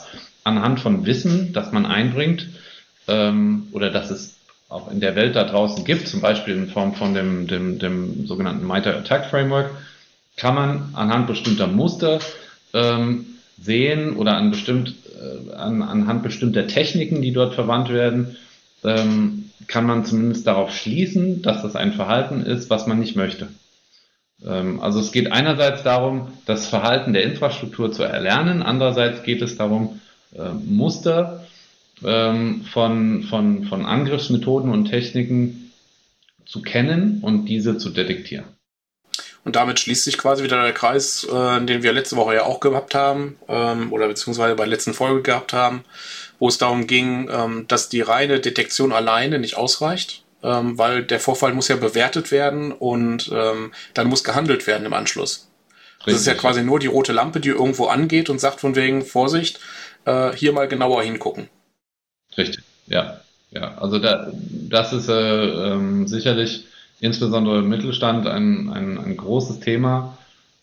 Speaker 3: anhand von Wissen, das man einbringt ähm, oder das es auch in der Welt da draußen gibt, zum Beispiel in Form von dem, dem, dem sogenannten MITRE ATT&CK Framework, kann man anhand bestimmter Muster ähm, sehen oder an bestimmt, äh, an, anhand bestimmter Techniken, die dort verwandt werden, ähm, kann man zumindest darauf schließen, dass das ein Verhalten ist, was man nicht möchte. Ähm, also es geht einerseits darum, das Verhalten der Infrastruktur zu erlernen, andererseits geht es darum, äh, Muster ähm, von, von, von Angriffsmethoden und Techniken zu kennen und diese zu detektieren.
Speaker 2: Und damit schließt sich quasi wieder der Kreis, äh, den wir letzte Woche ja auch gehabt haben, ähm, oder beziehungsweise bei der letzten Folge gehabt haben, wo es darum ging, ähm, dass die reine Detektion alleine nicht ausreicht, ähm, weil der Vorfall muss ja bewertet werden und ähm, dann muss gehandelt werden im Anschluss. Richtig. Das ist ja quasi nur die rote Lampe, die irgendwo angeht und sagt von wegen, Vorsicht, äh, hier mal genauer hingucken.
Speaker 3: Richtig, ja. ja. Also da, das ist äh, ähm, sicherlich insbesondere im Mittelstand ein, ein, ein großes Thema.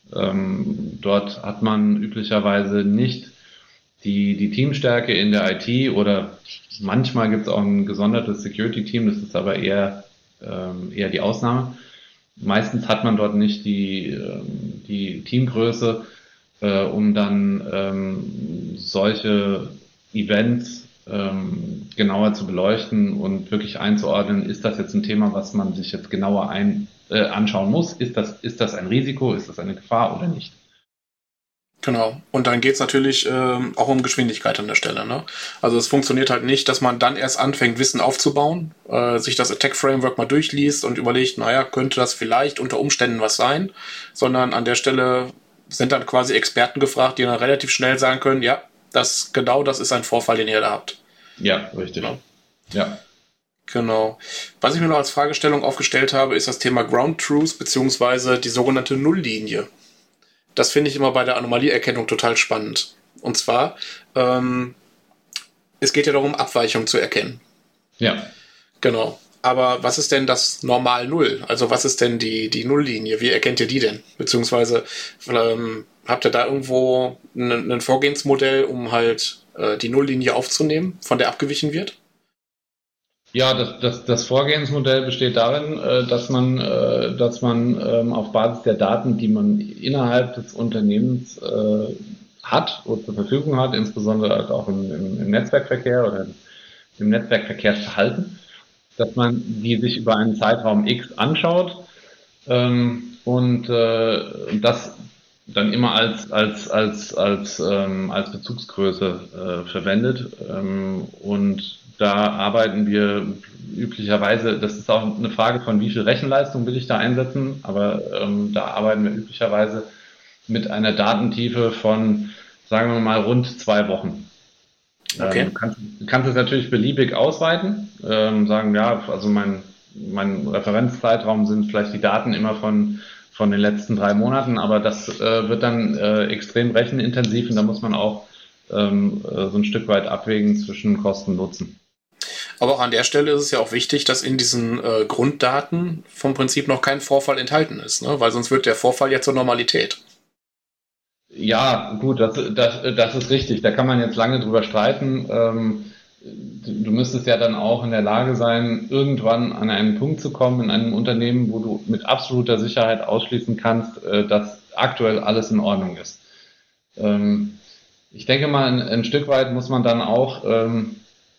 Speaker 3: Ähm, dort hat man üblicherweise nicht die, die Teamstärke in der I T oder manchmal gibt es auch ein gesondertes Security-Team, das ist aber eher, ähm, eher die Ausnahme. Meistens hat man dort nicht die, ähm, die Teamgröße, äh, um dann ähm, solche Events ähm, genauer zu beleuchten und wirklich einzuordnen, ist das jetzt ein Thema, was man sich jetzt genauer ein, äh, anschauen muss? Ist das, ist das ein Risiko? Ist das eine Gefahr oder nicht?
Speaker 2: Genau. Und dann geht's natürlich ähm, auch um Geschwindigkeit an der Stelle. Ne? Also es funktioniert halt nicht, dass man dann erst anfängt, Wissen aufzubauen, äh, sich das Attack-Framework mal durchliest und überlegt, naja, könnte das vielleicht unter Umständen was sein, sondern an der Stelle sind dann quasi Experten gefragt, die dann relativ schnell sagen können, ja, das genau das ist ein Vorfall, den ihr da habt.
Speaker 3: Ja, richtig.
Speaker 2: Genau.
Speaker 3: Ja.
Speaker 2: Genau. Was ich mir noch als Fragestellung aufgestellt habe, ist das Thema Ground Truth beziehungsweise die sogenannte Nulllinie. Das finde ich immer bei der Anomalieerkennung total spannend. Und zwar, ähm, es geht ja darum, Abweichungen zu erkennen.
Speaker 3: Ja.
Speaker 2: Genau. Aber was ist denn das Normal Null? Also was ist denn die, die Nulllinie? Wie erkennt ihr die denn? Beziehungsweise ähm, habt ihr da irgendwo ein, ein Vorgehensmodell, um halt äh, die Nulllinie aufzunehmen, von der abgewichen wird?
Speaker 3: Ja, das, das, das Vorgehensmodell besteht darin, äh, dass man, äh, dass man ähm, auf Basis der Daten, die man innerhalb des Unternehmens äh, hat oder zur Verfügung hat, insbesondere halt auch im, im, im Netzwerkverkehr oder im Netzwerkverkehrsverhalten, dass man die sich über einen Zeitraum X anschaut ähm, und äh, das dann immer als als als als ähm, als Bezugsgröße äh, verwendet ähm, und da arbeiten wir üblicherweise, das ist auch eine Frage von wie viel Rechenleistung will ich da einsetzen, aber ähm, da arbeiten wir üblicherweise mit einer Datentiefe von, sagen wir mal, rund zwei Wochen.
Speaker 2: Okay.
Speaker 3: Ähm, du, kannst, du kannst es natürlich beliebig ausweiten, ähm, sagen, ja, also mein, mein Referenzzeitraum sind vielleicht die Daten immer von, von den letzten drei Monaten, aber das äh, wird dann äh, extrem rechenintensiv und da muss man auch ähm, so ein Stück weit abwägen zwischen Kosten und Nutzen.
Speaker 2: Aber auch an der Stelle ist es ja auch wichtig, dass in diesen äh, Grunddaten vom Prinzip noch kein Vorfall enthalten ist, ne? Weil sonst wird der Vorfall ja zur Normalität.
Speaker 3: Ja, gut, das, das, das ist richtig. Da kann man jetzt lange drüber streiten. Ähm, du müsstest ja dann auch in der Lage sein, irgendwann an einen Punkt zu kommen in einem Unternehmen, wo du mit absoluter Sicherheit ausschließen kannst, äh, dass aktuell alles in Ordnung ist. Ähm, ich denke mal, ein, ein Stück weit muss man dann auch ähm,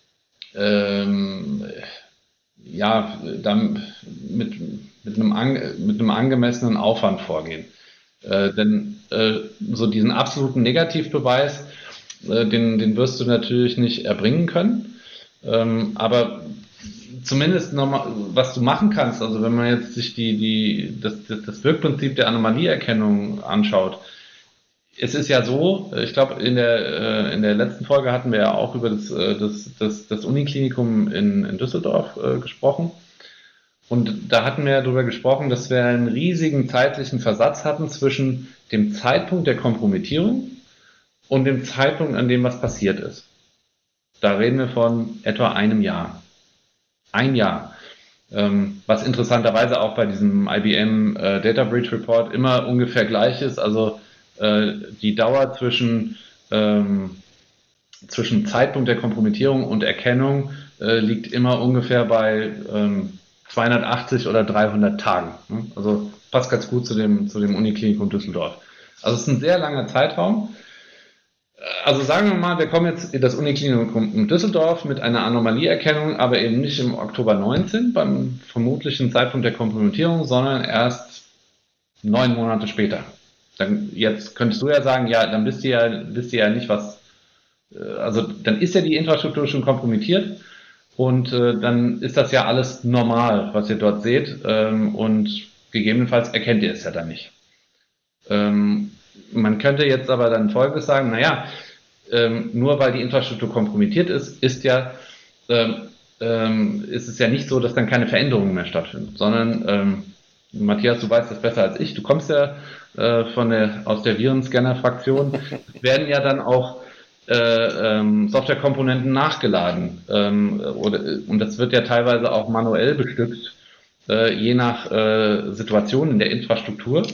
Speaker 3: ähm, ja, dann mit, mit, einem an, mit einem angemessenen Aufwand vorgehen. Äh, denn äh, so diesen absoluten Negativbeweis, äh, den, den wirst du natürlich nicht erbringen können. Ähm, aber zumindest nochmal, was du machen kannst, also wenn man jetzt sich die, die, das, das, das Wirkprinzip der Anomalieerkennung anschaut, es ist ja so, ich glaube, in der, äh, in der letzten Folge hatten wir ja auch über das, äh, das, das, das Uniklinikum in, in Düsseldorf äh, gesprochen. Und da hatten wir ja darüber gesprochen, dass wir einen riesigen zeitlichen Versatz hatten zwischen dem Zeitpunkt der Kompromittierung und dem Zeitpunkt, an dem was passiert ist. Da reden wir von etwa einem Jahr. Ein Jahr. Ähm, was interessanterweise auch bei diesem I B M äh, Data Breach Report immer ungefähr gleich ist. Also äh, die Dauer zwischen, ähm, zwischen Zeitpunkt der Kompromittierung und Erkennung äh, liegt immer ungefähr bei ähm, zweihundertachtzig oder dreihundert Tagen. Ne? Also passt ganz gut zu dem, zu dem Uniklinikum Düsseldorf. Also es ist ein sehr langer Zeitraum. Also sagen wir mal, wir kommen jetzt in das Uniklinikum in Düsseldorf mit einer Anomalieerkennung, aber eben nicht im Oktober neunzehn beim vermutlichen Zeitpunkt der Kompromittierung, sondern erst neun Monate später. Dann, jetzt könntest du ja sagen, ja, dann bist du ja, bist du ja nicht was, also dann ist ja die Infrastruktur schon kompromittiert und äh, dann ist das ja alles normal, was ihr dort seht ähm, und gegebenenfalls erkennt ihr es ja dann nicht. Ähm, Man könnte jetzt aber dann Folgendes sagen, naja, ähm, nur weil die Infrastruktur kompromittiert ist, ist ja, ähm, ähm, ist es ja nicht so, dass dann keine Veränderungen mehr stattfinden, sondern, ähm, Matthias, du weißt das besser als ich, du kommst ja äh, von der, aus der Virenscanner-Fraktion, werden ja dann auch äh, ähm, Softwarekomponenten nachgeladen ähm, oder, und das wird ja teilweise auch manuell bestückt, äh, je nach äh, Situation in der Infrastruktur.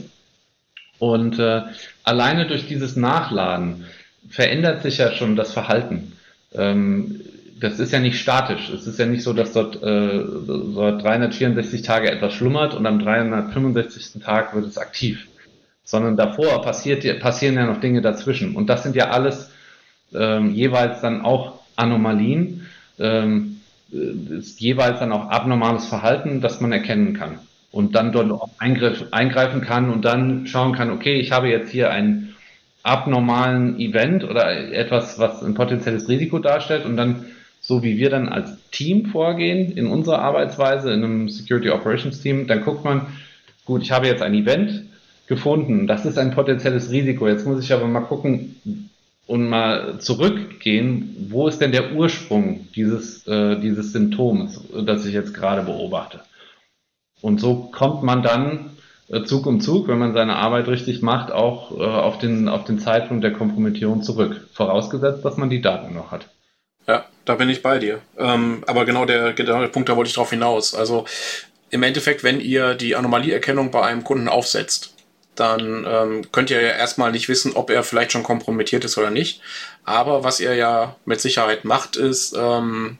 Speaker 3: Und äh, alleine durch dieses Nachladen verändert sich ja schon das Verhalten. Ähm, das ist ja nicht statisch. Es ist ja nicht so, dass dort, äh, dort dreihundertvierundsechzig Tage etwas schlummert und am dreihundertfünfundsechzigsten Tag wird es aktiv. Sondern davor passiert, passieren ja noch Dinge dazwischen. Und das sind ja alles ähm, jeweils dann auch Anomalien, ähm, ist jeweils dann auch abnormales Verhalten, das man erkennen kann. Und dann dort auch eingriff, eingreifen kann und dann schauen kann, okay, ich habe jetzt hier einen abnormalen Event oder etwas, was ein potenzielles Risiko darstellt und dann, so wie wir dann als Team vorgehen in unserer Arbeitsweise, in einem Security Operations Team, dann guckt man, gut, ich habe jetzt ein Event gefunden, das ist ein potenzielles Risiko, jetzt muss ich aber mal gucken und mal zurückgehen, wo ist denn der Ursprung dieses, äh, dieses Symptoms, das ich jetzt gerade beobachte. Und so kommt man dann äh, Zug um Zug, wenn man seine Arbeit richtig macht, auch äh, auf den, auf den Zeitpunkt der Kompromittierung zurück. Vorausgesetzt, dass man die Daten noch hat.
Speaker 2: Ja, da bin ich bei dir. Ähm, aber genau der, genau der Punkt, da wollte ich drauf hinaus. Also im Endeffekt, wenn ihr die Anomalieerkennung bei einem Kunden aufsetzt, dann ähm, könnt ihr ja erstmal nicht wissen, ob er vielleicht schon kompromittiert ist oder nicht. Aber was ihr ja mit Sicherheit macht, ist, ähm,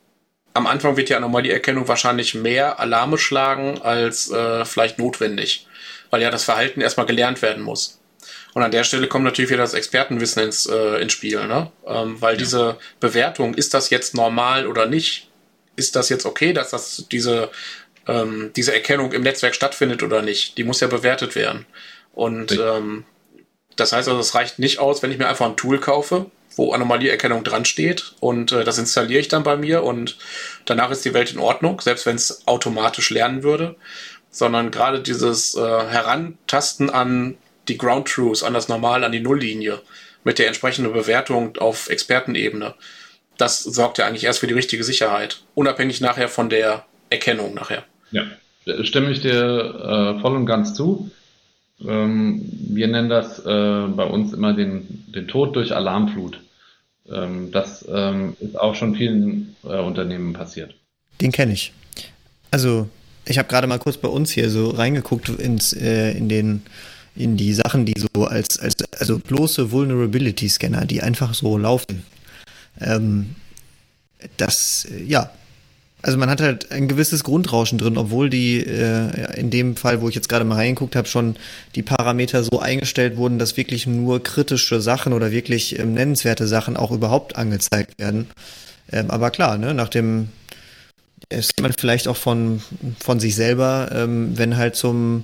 Speaker 2: am Anfang wird die Anomalieerkennung wahrscheinlich mehr Alarme schlagen als äh, vielleicht notwendig, weil ja das Verhalten erstmal gelernt werden muss. Und an der Stelle kommt natürlich wieder das Expertenwissen ins, äh, ins Spiel, ne? Ähm, weil ja. Diese Bewertung, ist das jetzt normal oder nicht? Ist das jetzt okay, dass das diese, ähm, diese Erkennung im Netzwerk stattfindet oder nicht? Die muss ja bewertet werden. Und ähm, das heißt also, es reicht nicht aus, wenn ich mir einfach ein Tool kaufe, wo Anomalieerkennung dran steht und äh, das installiere ich dann bei mir und danach ist die Welt in Ordnung, selbst wenn es automatisch lernen würde, sondern gerade dieses äh, Herantasten an die Ground Truths, an das Normal, an die Nulllinie mit der entsprechenden Bewertung auf Expertenebene, das sorgt ja eigentlich erst für die richtige Sicherheit, unabhängig nachher von der Erkennung nachher.
Speaker 3: Ja, stimme ich dir äh, voll und ganz zu. Ähm, wir nennen das äh, bei uns immer den, den Tod durch Alarmflut. Ähm, das ähm, ist auch schon vielen äh, Unternehmen passiert.
Speaker 1: Den kenne ich. Also ich habe gerade mal kurz bei uns hier so reingeguckt ins, äh, in den in die Sachen, die so als, als also bloße Vulnerability-Scanner, die einfach so laufen. Ähm, das, ja, also man hat halt ein gewisses Grundrauschen drin, obwohl die äh, in dem Fall, wo ich jetzt gerade mal reingeguckt habe, schon die Parameter so eingestellt wurden, dass wirklich nur kritische Sachen oder wirklich ähm, nennenswerte Sachen auch überhaupt angezeigt werden. Ähm, aber klar, ne, nach dem, das kennt man vielleicht auch von, von sich selber, ähm, wenn halt zum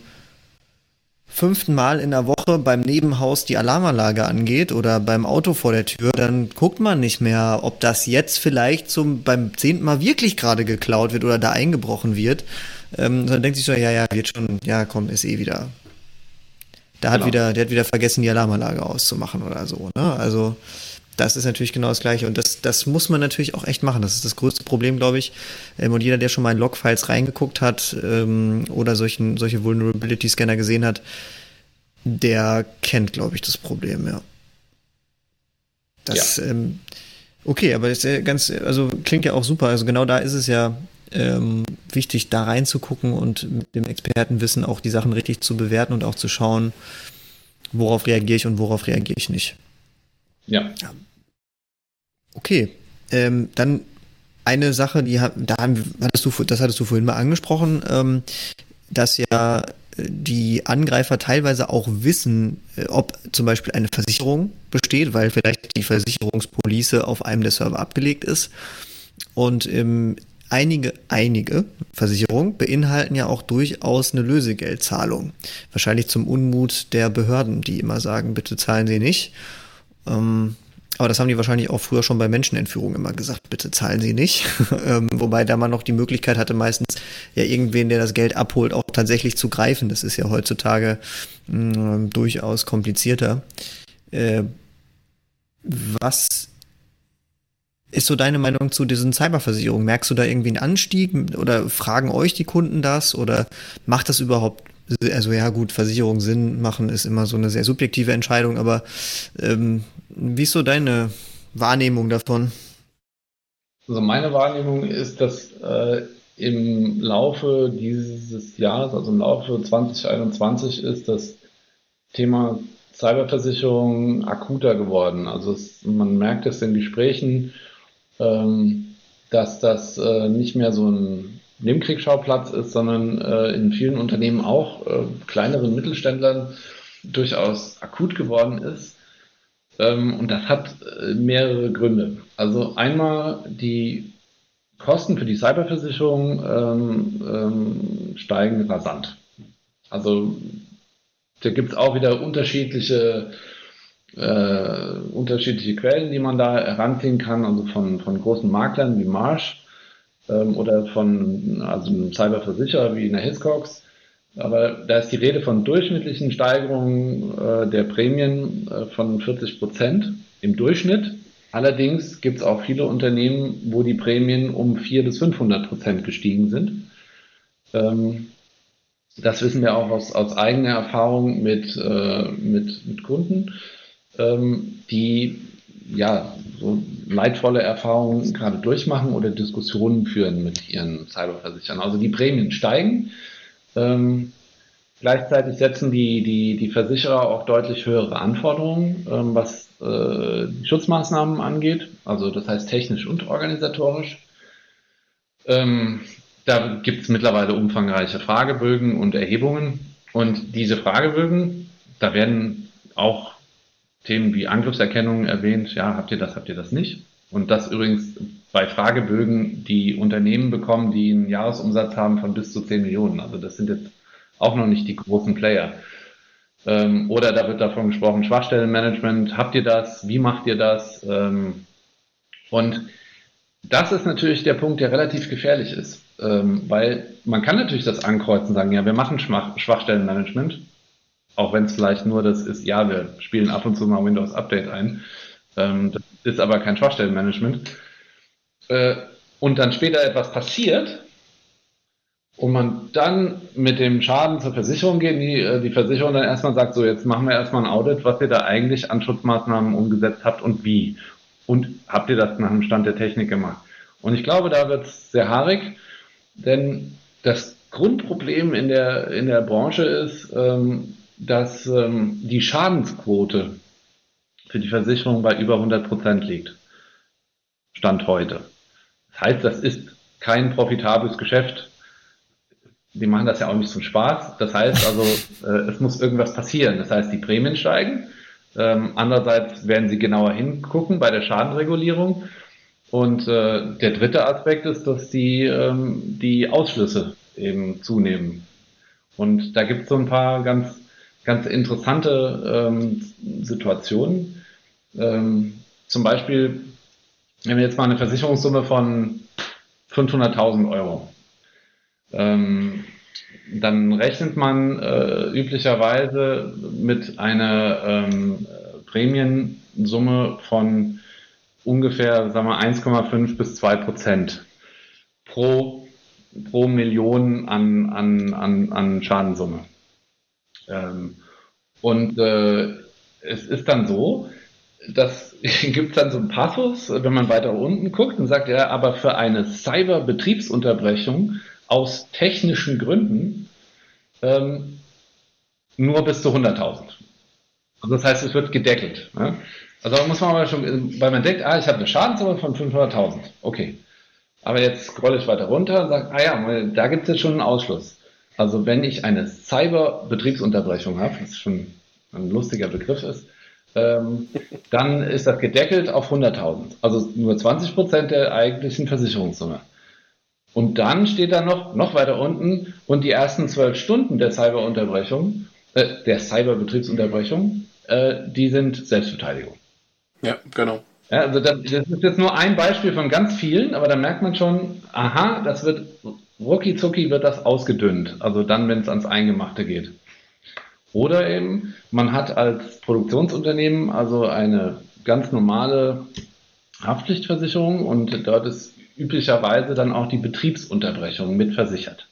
Speaker 1: fünften Mal in der Woche beim Nebenhaus die Alarmanlage angeht oder beim Auto vor der Tür, dann guckt man nicht mehr, ob das jetzt vielleicht zum beim zehnten Mal wirklich gerade geklaut wird oder da eingebrochen wird. Ähm, dann denkt sich so, ja, ja, wird schon, ja, komm, ist eh wieder. Da hat
Speaker 3: Genau.
Speaker 1: wieder, der hat wieder vergessen, die Alarmanlage auszumachen oder so, ne? Also das ist natürlich genau das Gleiche und das, das muss man natürlich auch echt machen. Das ist das größte Problem, glaube ich. Und jeder, der schon mal in Logfiles reingeguckt hat ähm, oder solchen, solche Vulnerability-Scanner gesehen hat, der kennt, glaube ich, das Problem, ja. Das, ja. Ähm, okay, aber das ist ja ganz, also klingt ja auch super. Also genau da ist es ja ähm, wichtig, da reinzugucken und mit dem Expertenwissen auch die Sachen richtig zu bewerten und auch zu schauen, worauf reagiere ich und worauf reagiere ich nicht.
Speaker 3: Ja. ja.
Speaker 1: Okay, ähm, dann eine Sache, die ha- da haben, hattest du, das hattest du vorhin mal angesprochen, ähm, dass ja äh, die Angreifer teilweise auch wissen, äh, ob zum Beispiel eine Versicherung besteht, weil vielleicht die Versicherungspolice auf einem der Server abgelegt ist. Und ähm, einige, einige Versicherungen beinhalten ja auch durchaus eine Lösegeldzahlung. Wahrscheinlich zum Unmut der Behörden, die immer sagen, bitte zahlen Sie nicht. Ähm, aber das haben die wahrscheinlich auch früher schon bei Menschenentführung immer gesagt, bitte zahlen Sie nicht. ähm, wobei da man noch die Möglichkeit hatte, meistens ja irgendwen, der das Geld abholt, auch tatsächlich zu greifen. Das ist ja heutzutage mh, durchaus komplizierter. Äh, was ist so deine Meinung zu diesen Cyberversicherungen? Merkst du da irgendwie einen Anstieg oder fragen euch die Kunden das oder macht das überhaupt, also ja gut, Versicherung Sinn machen ist immer so eine sehr subjektive Entscheidung, aber ähm, wie ist so deine Wahrnehmung davon?
Speaker 3: Also meine Wahrnehmung ist, dass äh, im Laufe dieses Jahres, also im Laufe zwanzig einundzwanzig, ist das Thema Cyberversicherung akuter geworden. Also es, man merkt es in Gesprächen, ähm, dass das äh, nicht mehr so ein Nebenkriegsschauplatz ist, sondern äh, in vielen Unternehmen auch, äh, kleineren Mittelständlern, durchaus akut geworden ist. Ähm, und das hat äh, mehrere Gründe. Also einmal die Kosten für die Cyberversicherung ähm, ähm, steigen rasant. Also da gibt es auch wieder unterschiedliche, äh, unterschiedliche Quellen, die man da heranziehen kann, also von, von großen Maklern wie Marsh ähm, oder von also einem Cyberversicherer wie einer Hiscox. Aber da ist die Rede von durchschnittlichen Steigerungen äh, der Prämien äh, von vierzig Prozent im Durchschnitt. Allerdings gibt es auch viele Unternehmen, wo die Prämien um vierhundert bis fünfhundert Prozent gestiegen sind. Ähm, das wissen wir auch aus, aus eigener Erfahrung mit, äh, mit, mit Kunden, ähm, die ja so leidvolle Erfahrungen gerade durchmachen oder Diskussionen führen mit ihren Cyberversicherern. Also die Prämien steigen. Ähm, gleichzeitig setzen die, die, die Versicherer auch deutlich höhere Anforderungen, ähm, was äh, die Schutzmaßnahmen angeht, also das heißt technisch und organisatorisch. Ähm, da gibt es mittlerweile umfangreiche Fragebögen und Erhebungen. Und diese Fragebögen, da werden auch Themen wie Angriffserkennung erwähnt. Ja, habt ihr das, habt ihr das nicht? Und das übrigens bei Fragebögen, die Unternehmen bekommen, die einen Jahresumsatz haben von bis zu zehn Millionen. Also das sind jetzt auch noch nicht die großen Player. Ähm, oder da wird davon gesprochen, Schwachstellenmanagement, habt ihr das? Wie macht ihr das? Ähm, und das ist natürlich der Punkt, der relativ gefährlich ist, ähm, weil man kann natürlich das ankreuzen und sagen, ja, wir machen Schwach Schwachstellenmanagement, auch wenn es vielleicht nur das ist, ja, wir spielen ab und zu mal Windows Update ein, ähm, das ist aber kein Schwachstellenmanagement. Äh, und dann später etwas passiert und man dann mit dem Schaden zur Versicherung geht, die, äh, die Versicherung dann erstmal sagt, so jetzt machen wir erstmal ein Audit, was ihr da eigentlich an Schutzmaßnahmen umgesetzt habt und wie. Und habt ihr das nach dem Stand der Technik gemacht? Und ich glaube, da wird es sehr haarig, denn das Grundproblem in der, in der Branche ist, ähm, dass ähm, die Schadensquote für die Versicherung bei über hundert Prozent liegt. Stand heute. Das heißt, das ist kein profitables Geschäft. Die machen das ja auch nicht zum Spaß. Das heißt also, äh, es muss irgendwas passieren. Das heißt, die Prämien steigen. Ähm, andererseits werden sie genauer hingucken bei der Schadenregulierung. Und äh, der dritte Aspekt ist, dass die, ähm, die Ausschlüsse eben zunehmen. Und da gibt es so ein paar ganz, ganz interessante ähm, Situationen. Ähm, zum Beispiel, wenn wir jetzt mal eine Versicherungssumme von fünfhunderttausend Euro, ähm, dann rechnet man äh, üblicherweise mit einer ähm, Prämiensumme von ungefähr, sagen wir, eins Komma fünf bis zwei Prozent pro, pro Million an, an, an, an Schadensumme. Ähm, und äh, es ist dann so, dass gibt dann so einen Passus, wenn man weiter unten guckt und sagt, ja, aber für eine Cyber-Betriebsunterbrechung aus technischen Gründen ähm, nur bis zu hunderttausend. Also das heißt, es wird gedeckelt. Ne? Also muss man aber schon, weil man denkt, ah, ich habe eine Schadenssumme von fünfhunderttausend. Okay. Aber jetzt scrolle ich weiter runter und sage, ah ja, da gibt es jetzt schon einen Ausschluss. Also wenn ich eine Cyber-Betriebsunterbrechung habe, was schon ein lustiger Begriff ist, ähm, dann ist das gedeckelt auf hunderttausend. Also nur zwanzig Prozent der eigentlichen Versicherungssumme. Und dann steht da noch, noch weiter unten, und die ersten zwölf Stunden der Cyberunterbrechung, äh, der Cyberbetriebsunterbrechung, äh, die sind Selbstbeteiligung.
Speaker 2: Ja, genau.
Speaker 3: Ja, also das, das ist jetzt nur ein Beispiel von ganz vielen, aber da merkt man schon, aha, das wird, rucki zucki wird das ausgedünnt. Also dann, wenn es ans Eingemachte geht. Oder eben, man hat als Produktionsunternehmen also eine ganz normale Haftpflichtversicherung und dort ist üblicherweise dann auch die Betriebsunterbrechung mit versichert.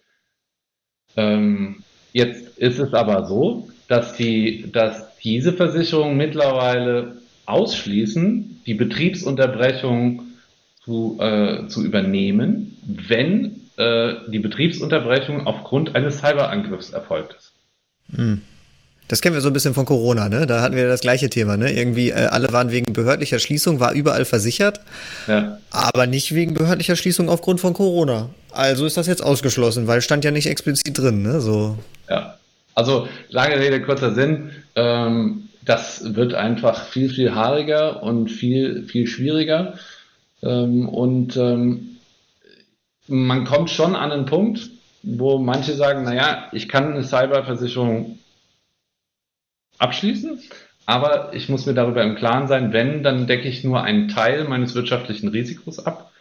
Speaker 3: Ähm, jetzt ist es aber so, dass, die, dass diese Versicherungen mittlerweile ausschließen, die Betriebsunterbrechung zu, äh, zu übernehmen, wenn äh, die Betriebsunterbrechung aufgrund eines Cyberangriffs erfolgt ist.
Speaker 1: Hm. Das kennen wir so ein bisschen von Corona, ne? Da hatten wir das gleiche Thema, ne? Irgendwie äh, alle waren wegen behördlicher Schließung, war überall versichert,
Speaker 3: ja.
Speaker 1: aber nicht wegen behördlicher Schließung aufgrund von Corona. Also ist das jetzt ausgeschlossen, weil stand ja nicht explizit drin, ne? So.
Speaker 3: Ja, also lange Rede, kurzer Sinn. Ähm, das wird einfach viel, viel haariger und viel, viel schwieriger. Ähm, und ähm, man kommt schon an einen Punkt, wo manche sagen, naja, ich kann eine Cyberversicherung abschließen, aber ich muss mir darüber im Klaren sein, wenn, dann decke ich nur einen Teil meines wirtschaftlichen Risikos ab.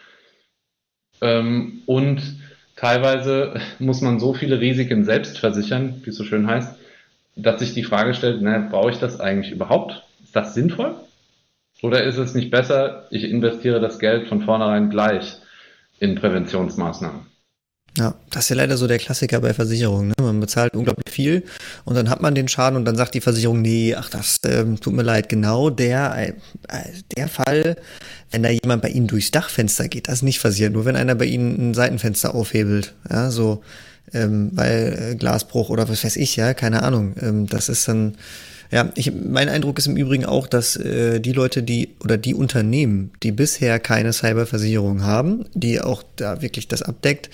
Speaker 3: Ähm, und teilweise muss man so viele Risiken selbst versichern, wie es so schön heißt, dass sich die Frage stellt, na, brauche ich das eigentlich überhaupt? Ist das sinnvoll? Oder ist es nicht besser, ich investiere das Geld von vornherein gleich in Präventionsmaßnahmen?
Speaker 1: Ja, das ist ja leider so der Klassiker bei Versicherungen, ne? Man bezahlt unglaublich viel und dann hat man den Schaden und dann sagt die Versicherung, nee, ach, das ähm, tut mir leid, genau der, äh, der Fall, wenn da jemand bei Ihnen durchs Dachfenster geht, das ist nicht versichert, nur wenn einer bei Ihnen ein Seitenfenster aufhebelt, ja, so, ähm, weil äh, Glasbruch oder was weiß ich, ja, keine Ahnung, ähm, das ist dann, ja, ich, mein Eindruck ist im Übrigen auch, dass äh, die Leute, die oder die Unternehmen, die bisher keine Cyberversicherung haben, die auch da wirklich das abdeckt,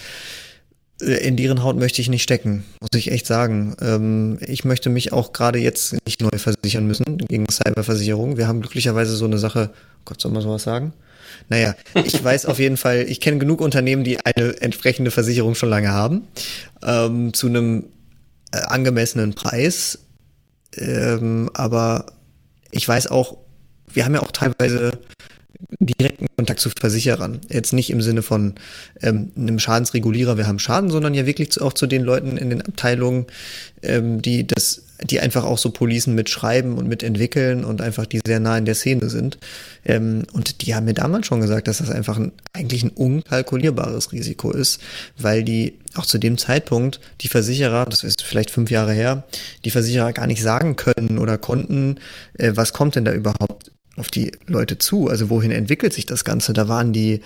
Speaker 1: in deren Haut möchte ich nicht stecken, muss ich echt sagen. Ähm, ich möchte mich auch gerade jetzt nicht neu versichern müssen gegen Cyberversicherung. Wir haben glücklicherweise so eine Sache, oh Gott, soll man sowas sagen? Naja, ich weiß auf jeden Fall, ich kenne genug Unternehmen, die eine entsprechende Versicherung schon lange haben, ähm, zu einem äh, angemessenen Preis. Ähm, aber ich weiß auch, wir haben ja auch teilweise direkten Kontakt zu Versicherern. Jetzt nicht im Sinne von ähm, einem Schadensregulierer, wir haben Schaden, sondern ja wirklich zu, auch zu den Leuten in den Abteilungen, ähm, die das, die einfach auch so Policen mitschreiben und mitentwickeln und einfach die sehr nah in der Szene sind. Ähm, und die haben mir damals schon gesagt, dass das einfach ein, eigentlich ein unkalkulierbares Risiko ist, weil die auch zu dem Zeitpunkt die Versicherer, das ist vielleicht fünf Jahre her, die Versicherer gar nicht sagen können oder konnten, äh, was kommt denn da überhaupt auf die Leute zu, also wohin entwickelt sich das Ganze? Da waren die,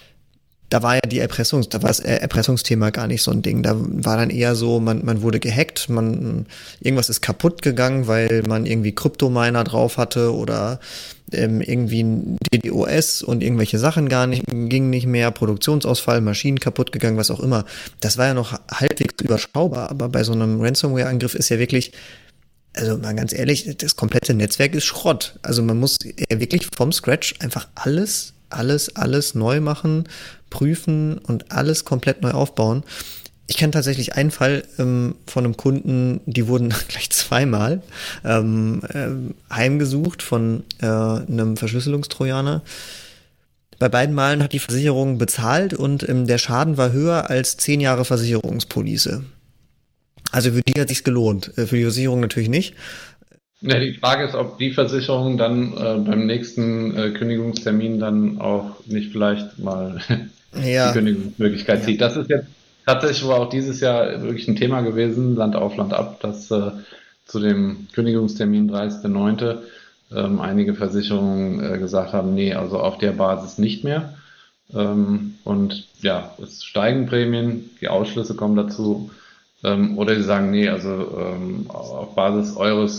Speaker 1: da war ja die Erpressungs, da war das Erpressungsthema gar nicht so ein Ding. Da war dann eher so, man, man wurde gehackt, man, irgendwas ist kaputt gegangen, weil man irgendwie Kryptominer drauf hatte oder ähm, irgendwie ein DDoS und irgendwelche Sachen gar nicht, ging nicht mehr, Produktionsausfall, Maschinen kaputt gegangen, was auch immer. Das war ja noch halbwegs überschaubar, aber bei so einem Ransomware-Angriff ist ja wirklich, also mal ganz ehrlich, das komplette Netzwerk ist Schrott. Also man muss ja wirklich vom Scratch einfach alles, alles, alles neu machen, prüfen und alles komplett neu aufbauen. Ich kenne tatsächlich einen Fall ähm, von einem Kunden, die wurden gleich zweimal ähm, äh, heimgesucht von äh, einem Verschlüsselungstrojaner. Bei beiden Malen hat die Versicherung bezahlt und ähm, der Schaden war höher als zehn Jahre Versicherungspolice. Also für die hat sich's gelohnt, für die Versicherung natürlich nicht.
Speaker 3: Ja, die Frage ist, ob die Versicherung dann äh, beim nächsten äh, Kündigungstermin dann auch nicht vielleicht mal
Speaker 1: ja.
Speaker 3: die Kündigungsmöglichkeit
Speaker 1: ja.
Speaker 3: zieht. Das ist jetzt tatsächlich aber auch dieses Jahr wirklich ein Thema gewesen, Land auf, Land ab, dass äh, zu dem Kündigungstermin dreißigster neunter Ähm, einige Versicherungen äh, gesagt haben, nee, also auf der Basis nicht mehr. Ähm, und ja, es steigen Prämien, die Ausschlüsse kommen dazu. Ähm, oder sie sagen, nee, also ähm, auf Basis eures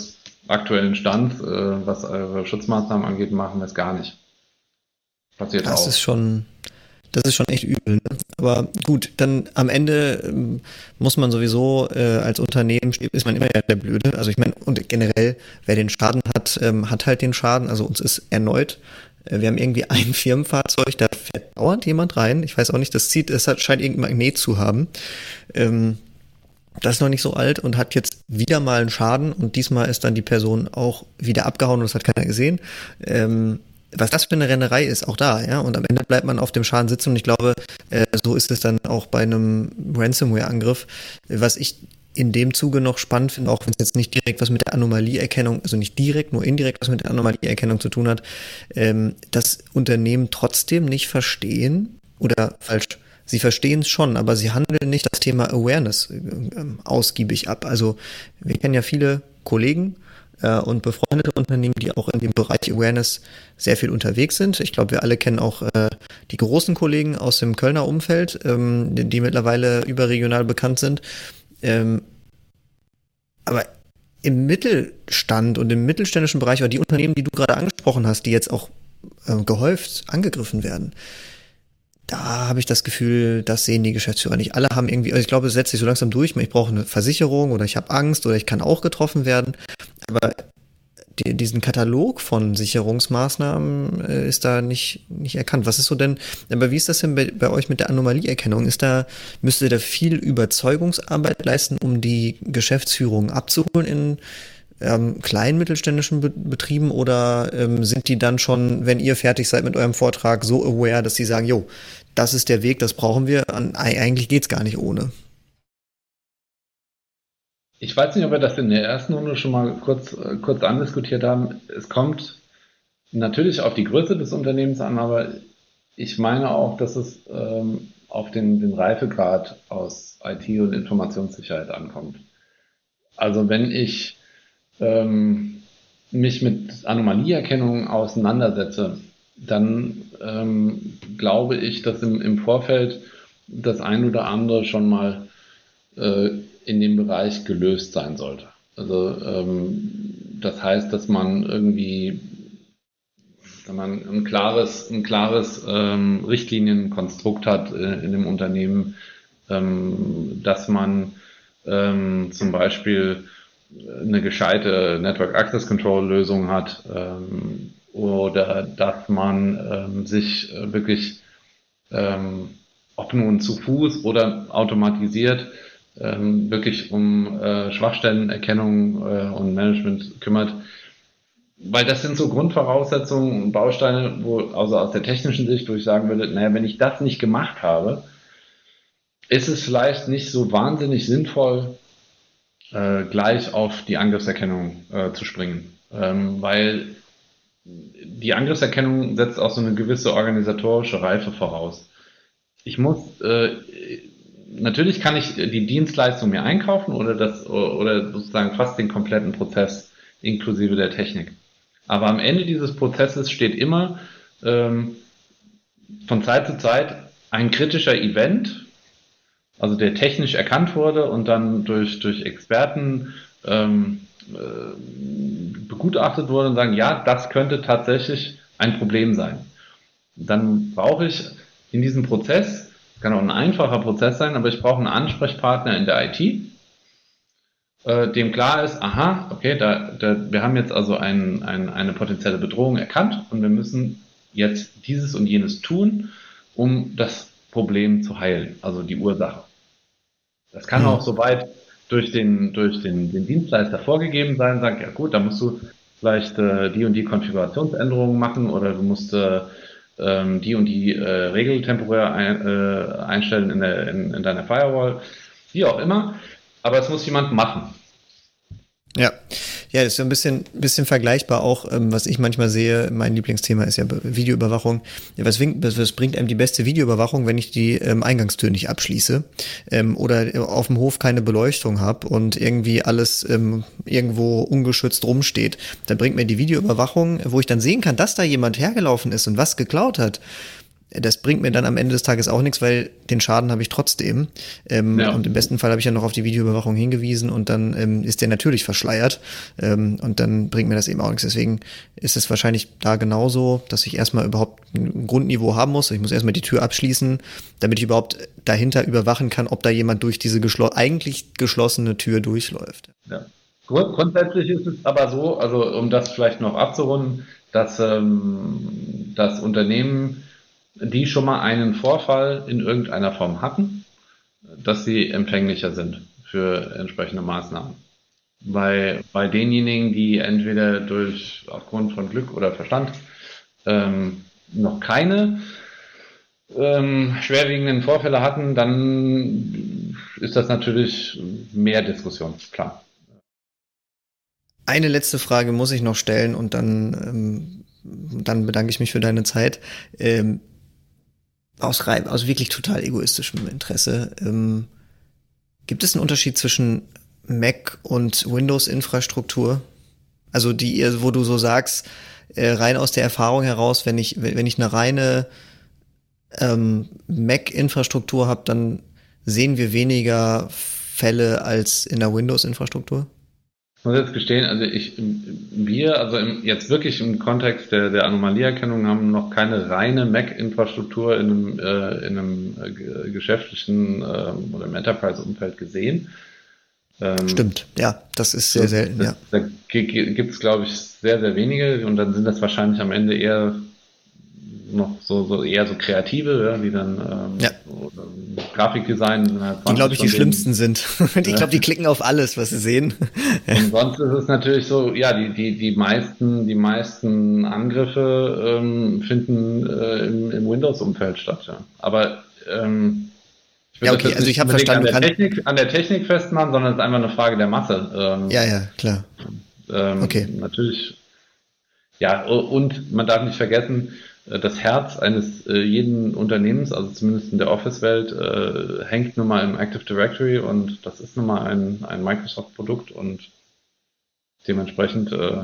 Speaker 3: aktuellen Stand, äh, was eure Schutzmaßnahmen angeht, machen wir es gar nicht. Passiert
Speaker 1: Das
Speaker 3: auch.
Speaker 1: ist schon, das ist schon echt übel. Ne? Aber gut, dann am Ende ähm, muss man sowieso äh, als Unternehmen, ist man immer ja der Blöde. Also ich meine, und generell, wer den Schaden hat, ähm, hat halt den Schaden. Also uns ist erneut, äh, wir haben irgendwie ein Firmenfahrzeug, da fährt dauernd jemand rein. Ich weiß auch nicht, das zieht, es hat, scheint irgendein Magnet zu haben. Ähm, Das ist noch nicht so alt und hat jetzt wieder mal einen Schaden und diesmal ist dann die Person auch wieder abgehauen und das hat keiner gesehen. Ähm, was das für eine Rennerei ist, auch da, ja. Und am Ende bleibt man auf dem Schaden sitzen und ich glaube, äh, so ist es dann auch bei einem Ransomware-Angriff. Was ich in dem Zuge noch spannend finde, auch wenn es jetzt nicht direkt was mit der Anomalieerkennung, also nicht direkt, nur indirekt was mit der Anomalieerkennung zu tun hat, ähm, dass Unternehmen trotzdem nicht verstehen oder falsch. Sie verstehen es schon, aber sie handeln nicht das Thema Awareness äh, ausgiebig ab. Also wir kennen ja viele Kollegen äh, und befreundete Unternehmen, die auch in dem Bereich Awareness sehr viel unterwegs sind. Ich glaube, wir alle kennen auch äh, die großen Kollegen aus dem Kölner Umfeld, ähm, die, die mittlerweile überregional bekannt sind. Ähm, aber im Mittelstand und im mittelständischen Bereich oder die Unternehmen, die du gerade angesprochen hast, die jetzt auch äh, gehäuft angegriffen werden, da habe ich das Gefühl, das sehen die Geschäftsführer nicht. Alle haben irgendwie, also ich glaube, es setzt sich so langsam durch, ich brauche eine Versicherung oder ich habe Angst oder ich kann auch getroffen werden. Aber die, diesen Katalog von Sicherungsmaßnahmen äh, ist da nicht, nicht erkannt. Was ist so denn, aber wie ist das denn bei, bei euch mit der Anomalieerkennung? Ist da, müsst ihr da viel Überzeugungsarbeit leisten, um die Geschäftsführung abzuholen in ähm, kleinen mittelständischen Be- Betrieben oder ähm, sind die dann schon, wenn ihr fertig seid mit eurem Vortrag, so aware, dass sie sagen, jo, das ist der Weg, das brauchen wir, An, eigentlich geht's gar nicht ohne.
Speaker 3: Ich weiß nicht, ob wir das in der ersten Runde schon mal kurz, äh, kurz andiskutiert haben. Es kommt natürlich auf die Größe des Unternehmens an, aber ich meine auch, dass es ähm, auf den, den Reifegrad aus I T und Informationssicherheit ankommt. Also wenn ich ähm, mich mit Anomalieerkennung auseinandersetze, dann ähm, glaube ich, dass im, im Vorfeld das ein oder andere schon mal äh, in dem Bereich gelöst sein sollte. Also ähm, das heißt, dass man irgendwie wenn man ein klares, ein klares ähm, Richtlinienkonstrukt hat äh, in dem Unternehmen, ähm, dass man ähm, zum Beispiel eine gescheite Network Access Control Lösung hat ähm, oder dass man ähm, sich wirklich, ähm, ob nun zu Fuß oder automatisiert, ähm, wirklich um äh, Schwachstellenerkennung äh, und Management kümmert. Weil das sind so Grundvoraussetzungen und Bausteine, wo, also aus der technischen Sicht, wo ich sagen würde, naja, wenn ich das nicht gemacht habe, ist es vielleicht nicht so wahnsinnig sinnvoll, äh, gleich auf die Angriffserkennung äh, zu springen. Ähm, weil die Angriffserkennung setzt auch so eine gewisse organisatorische Reife voraus. Ich muss, äh, natürlich kann ich die Dienstleistung mir einkaufen oder das, oder sozusagen fast den kompletten Prozess inklusive der Technik. Aber am Ende dieses Prozesses steht immer ähm, von Zeit zu Zeit ein kritischer Event, also der technisch erkannt wurde und dann durch, durch Experten ähm, äh, begutachtet wurde und sagen, ja, das könnte tatsächlich ein Problem sein. Dann brauche ich in diesem Prozess, kann auch ein einfacher Prozess sein, aber ich brauche einen Ansprechpartner in der I T, dem klar ist, aha, okay, da, da, wir haben jetzt also ein, ein, eine potenzielle Bedrohung erkannt und wir müssen jetzt dieses und jenes tun, um das Problem zu heilen, also die Ursache. Das kann mhm. auch soweit durch den, durch den, den Dienstleister vorgegeben sein, sagt, ja gut, da musst du vielleicht äh, die und die Konfigurationsänderungen machen oder du musst äh, ähm, die und die äh, Regel temporär ein, äh, einstellen in, der, in, in deiner Firewall, wie auch immer. Aber es muss jemand machen.
Speaker 1: Ja, ja, das ist ja ein bisschen, bisschen vergleichbar auch, ähm, was ich manchmal sehe. Mein Lieblingsthema ist ja Videoüberwachung. Ja, was, was, was bringt einem die beste Videoüberwachung, wenn ich die ähm, Eingangstür nicht abschließe ähm, oder auf dem Hof keine Beleuchtung habe und irgendwie alles ähm, irgendwo ungeschützt rumsteht? Dann bringt mir die Videoüberwachung, wo ich dann sehen kann, dass da jemand hergelaufen ist und was geklaut hat. das bringt mir dann am Ende des Tages auch nichts, weil den Schaden habe ich trotzdem. Ähm, ja. Und im besten Fall habe ich ja noch auf die Videoüberwachung hingewiesen und dann ähm, ist der natürlich verschleiert. Ähm, und dann bringt mir das eben auch nichts. Deswegen ist es wahrscheinlich da genauso, dass ich erstmal überhaupt ein Grundniveau haben muss. Ich muss erstmal die Tür abschließen, damit ich überhaupt dahinter überwachen kann, ob da jemand durch diese geschlo- eigentlich geschlossene Tür durchläuft.
Speaker 3: Ja. Grund- grundsätzlich ist es aber so, also um das vielleicht noch abzurunden, dass ähm, das Unternehmen, die schon mal einen Vorfall in irgendeiner Form hatten, dass sie empfänglicher sind für entsprechende Maßnahmen. Bei, bei denjenigen, die entweder durch aufgrund von Glück oder Verstand ähm, noch keine ähm, schwerwiegenden Vorfälle hatten, dann ist das natürlich mehr Diskussion, klar.
Speaker 1: Eine letzte Frage muss ich noch stellen und dann, ähm, dann bedanke ich mich für deine Zeit. Ähm, aus, rein, aus wirklich total egoistischem Interesse. Ähm, gibt es einen Unterschied zwischen Mac und Windows-Infrastruktur? Also die, wo du so sagst, äh, rein aus der Erfahrung heraus, wenn ich, wenn ich eine reine ähm, Mac-Infrastruktur habe, dann sehen wir weniger Fälle als in der Windows-Infrastruktur?
Speaker 3: Ich muss jetzt gestehen, also ich, wir, also im, jetzt wirklich im Kontext der, der Anomalieerkennung haben noch keine reine Mac-Infrastruktur in einem, äh, in einem äh, geschäftlichen äh, oder im Enterprise-Umfeld gesehen. Ähm,
Speaker 1: Stimmt, ja, das ist sehr selten,
Speaker 3: das,
Speaker 1: ja.
Speaker 3: Da gibt es, glaube ich, sehr, sehr wenige und dann sind das wahrscheinlich am Ende eher noch so, so eher so Kreative, ja, die dann ähm,
Speaker 1: ja.
Speaker 3: so, ähm, Grafikdesign.
Speaker 1: Die, glaube ich, die schlimmsten sind. Ich glaube, die klicken auf alles, was sie sehen.
Speaker 3: Und sonst ist es natürlich so, ja, die, die, die meisten, die meisten Angriffe ähm, finden äh, im, im Windows-Umfeld statt, ja. Aber ähm, ich will
Speaker 1: ja, okay,
Speaker 3: das
Speaker 1: also ich habe verstanden,
Speaker 3: an der, Technik, an der Technik festmachen, sondern es ist einfach eine Frage der Masse. Ähm,
Speaker 1: ja, ja, klar.
Speaker 3: Ähm,
Speaker 1: okay.
Speaker 3: Natürlich, ja, und man darf nicht vergessen, das Herz eines äh, jeden Unternehmens, also zumindest in der Office-Welt, äh, hängt nun mal im Active Directory und das ist nun mal ein, ein Microsoft-Produkt und dementsprechend äh,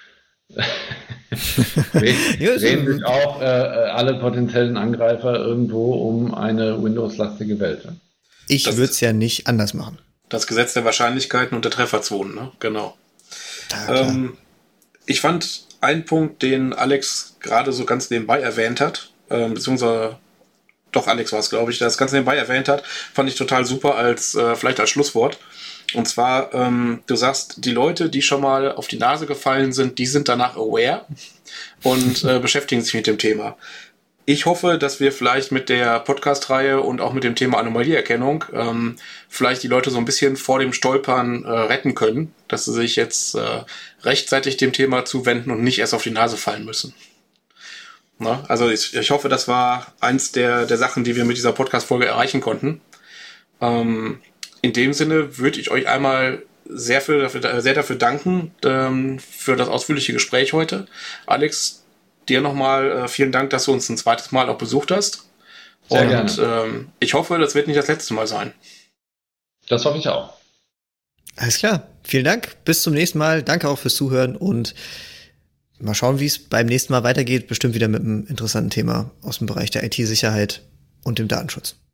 Speaker 3: drehen sich auch äh, alle potenziellen Angreifer irgendwo um eine Windows-lastige Welt. Ja.
Speaker 1: Ich würde es ja nicht anders machen.
Speaker 2: Das Gesetz der Wahrscheinlichkeiten und der Trefferzonen, ne? Genau.
Speaker 1: Ja,
Speaker 2: ähm, ich fand einen Punkt, den Alex gerade so ganz nebenbei erwähnt hat, äh, beziehungsweise doch Alex war es, glaube ich, der das ganz nebenbei erwähnt hat, fand ich total super als äh, vielleicht als Schlusswort. Und zwar, ähm, du sagst, die Leute, die schon mal auf die Nase gefallen sind, die sind danach aware und äh, beschäftigen sich mit dem Thema. Ich hoffe, dass wir vielleicht mit der Podcast-Reihe und auch mit dem Thema Anomalieerkennung ähm, vielleicht die Leute so ein bisschen vor dem Stolpern äh, retten können, dass sie sich jetzt äh, rechtzeitig dem Thema zuwenden und nicht erst auf die Nase fallen müssen. Na, also ich, ich hoffe, das war eins der, der Sachen, die wir mit dieser Podcast-Folge erreichen konnten. Ähm, in dem Sinne würde ich euch einmal sehr, für, dafür, sehr dafür danken ähm, für das ausführliche Gespräch heute. Alex, dir nochmal äh, vielen Dank, dass du uns ein zweites Mal auch besucht hast.
Speaker 3: Sehr
Speaker 2: und
Speaker 3: gerne.
Speaker 2: Ähm, ich hoffe, das wird nicht das letzte Mal sein.
Speaker 3: Das hoffe ich auch.
Speaker 1: Alles klar. Vielen Dank. Bis zum nächsten Mal. Danke auch fürs Zuhören und mal schauen, wie es beim nächsten Mal weitergeht. Bestimmt wieder mit einem interessanten Thema aus dem Bereich der I T-Sicherheit und dem Datenschutz.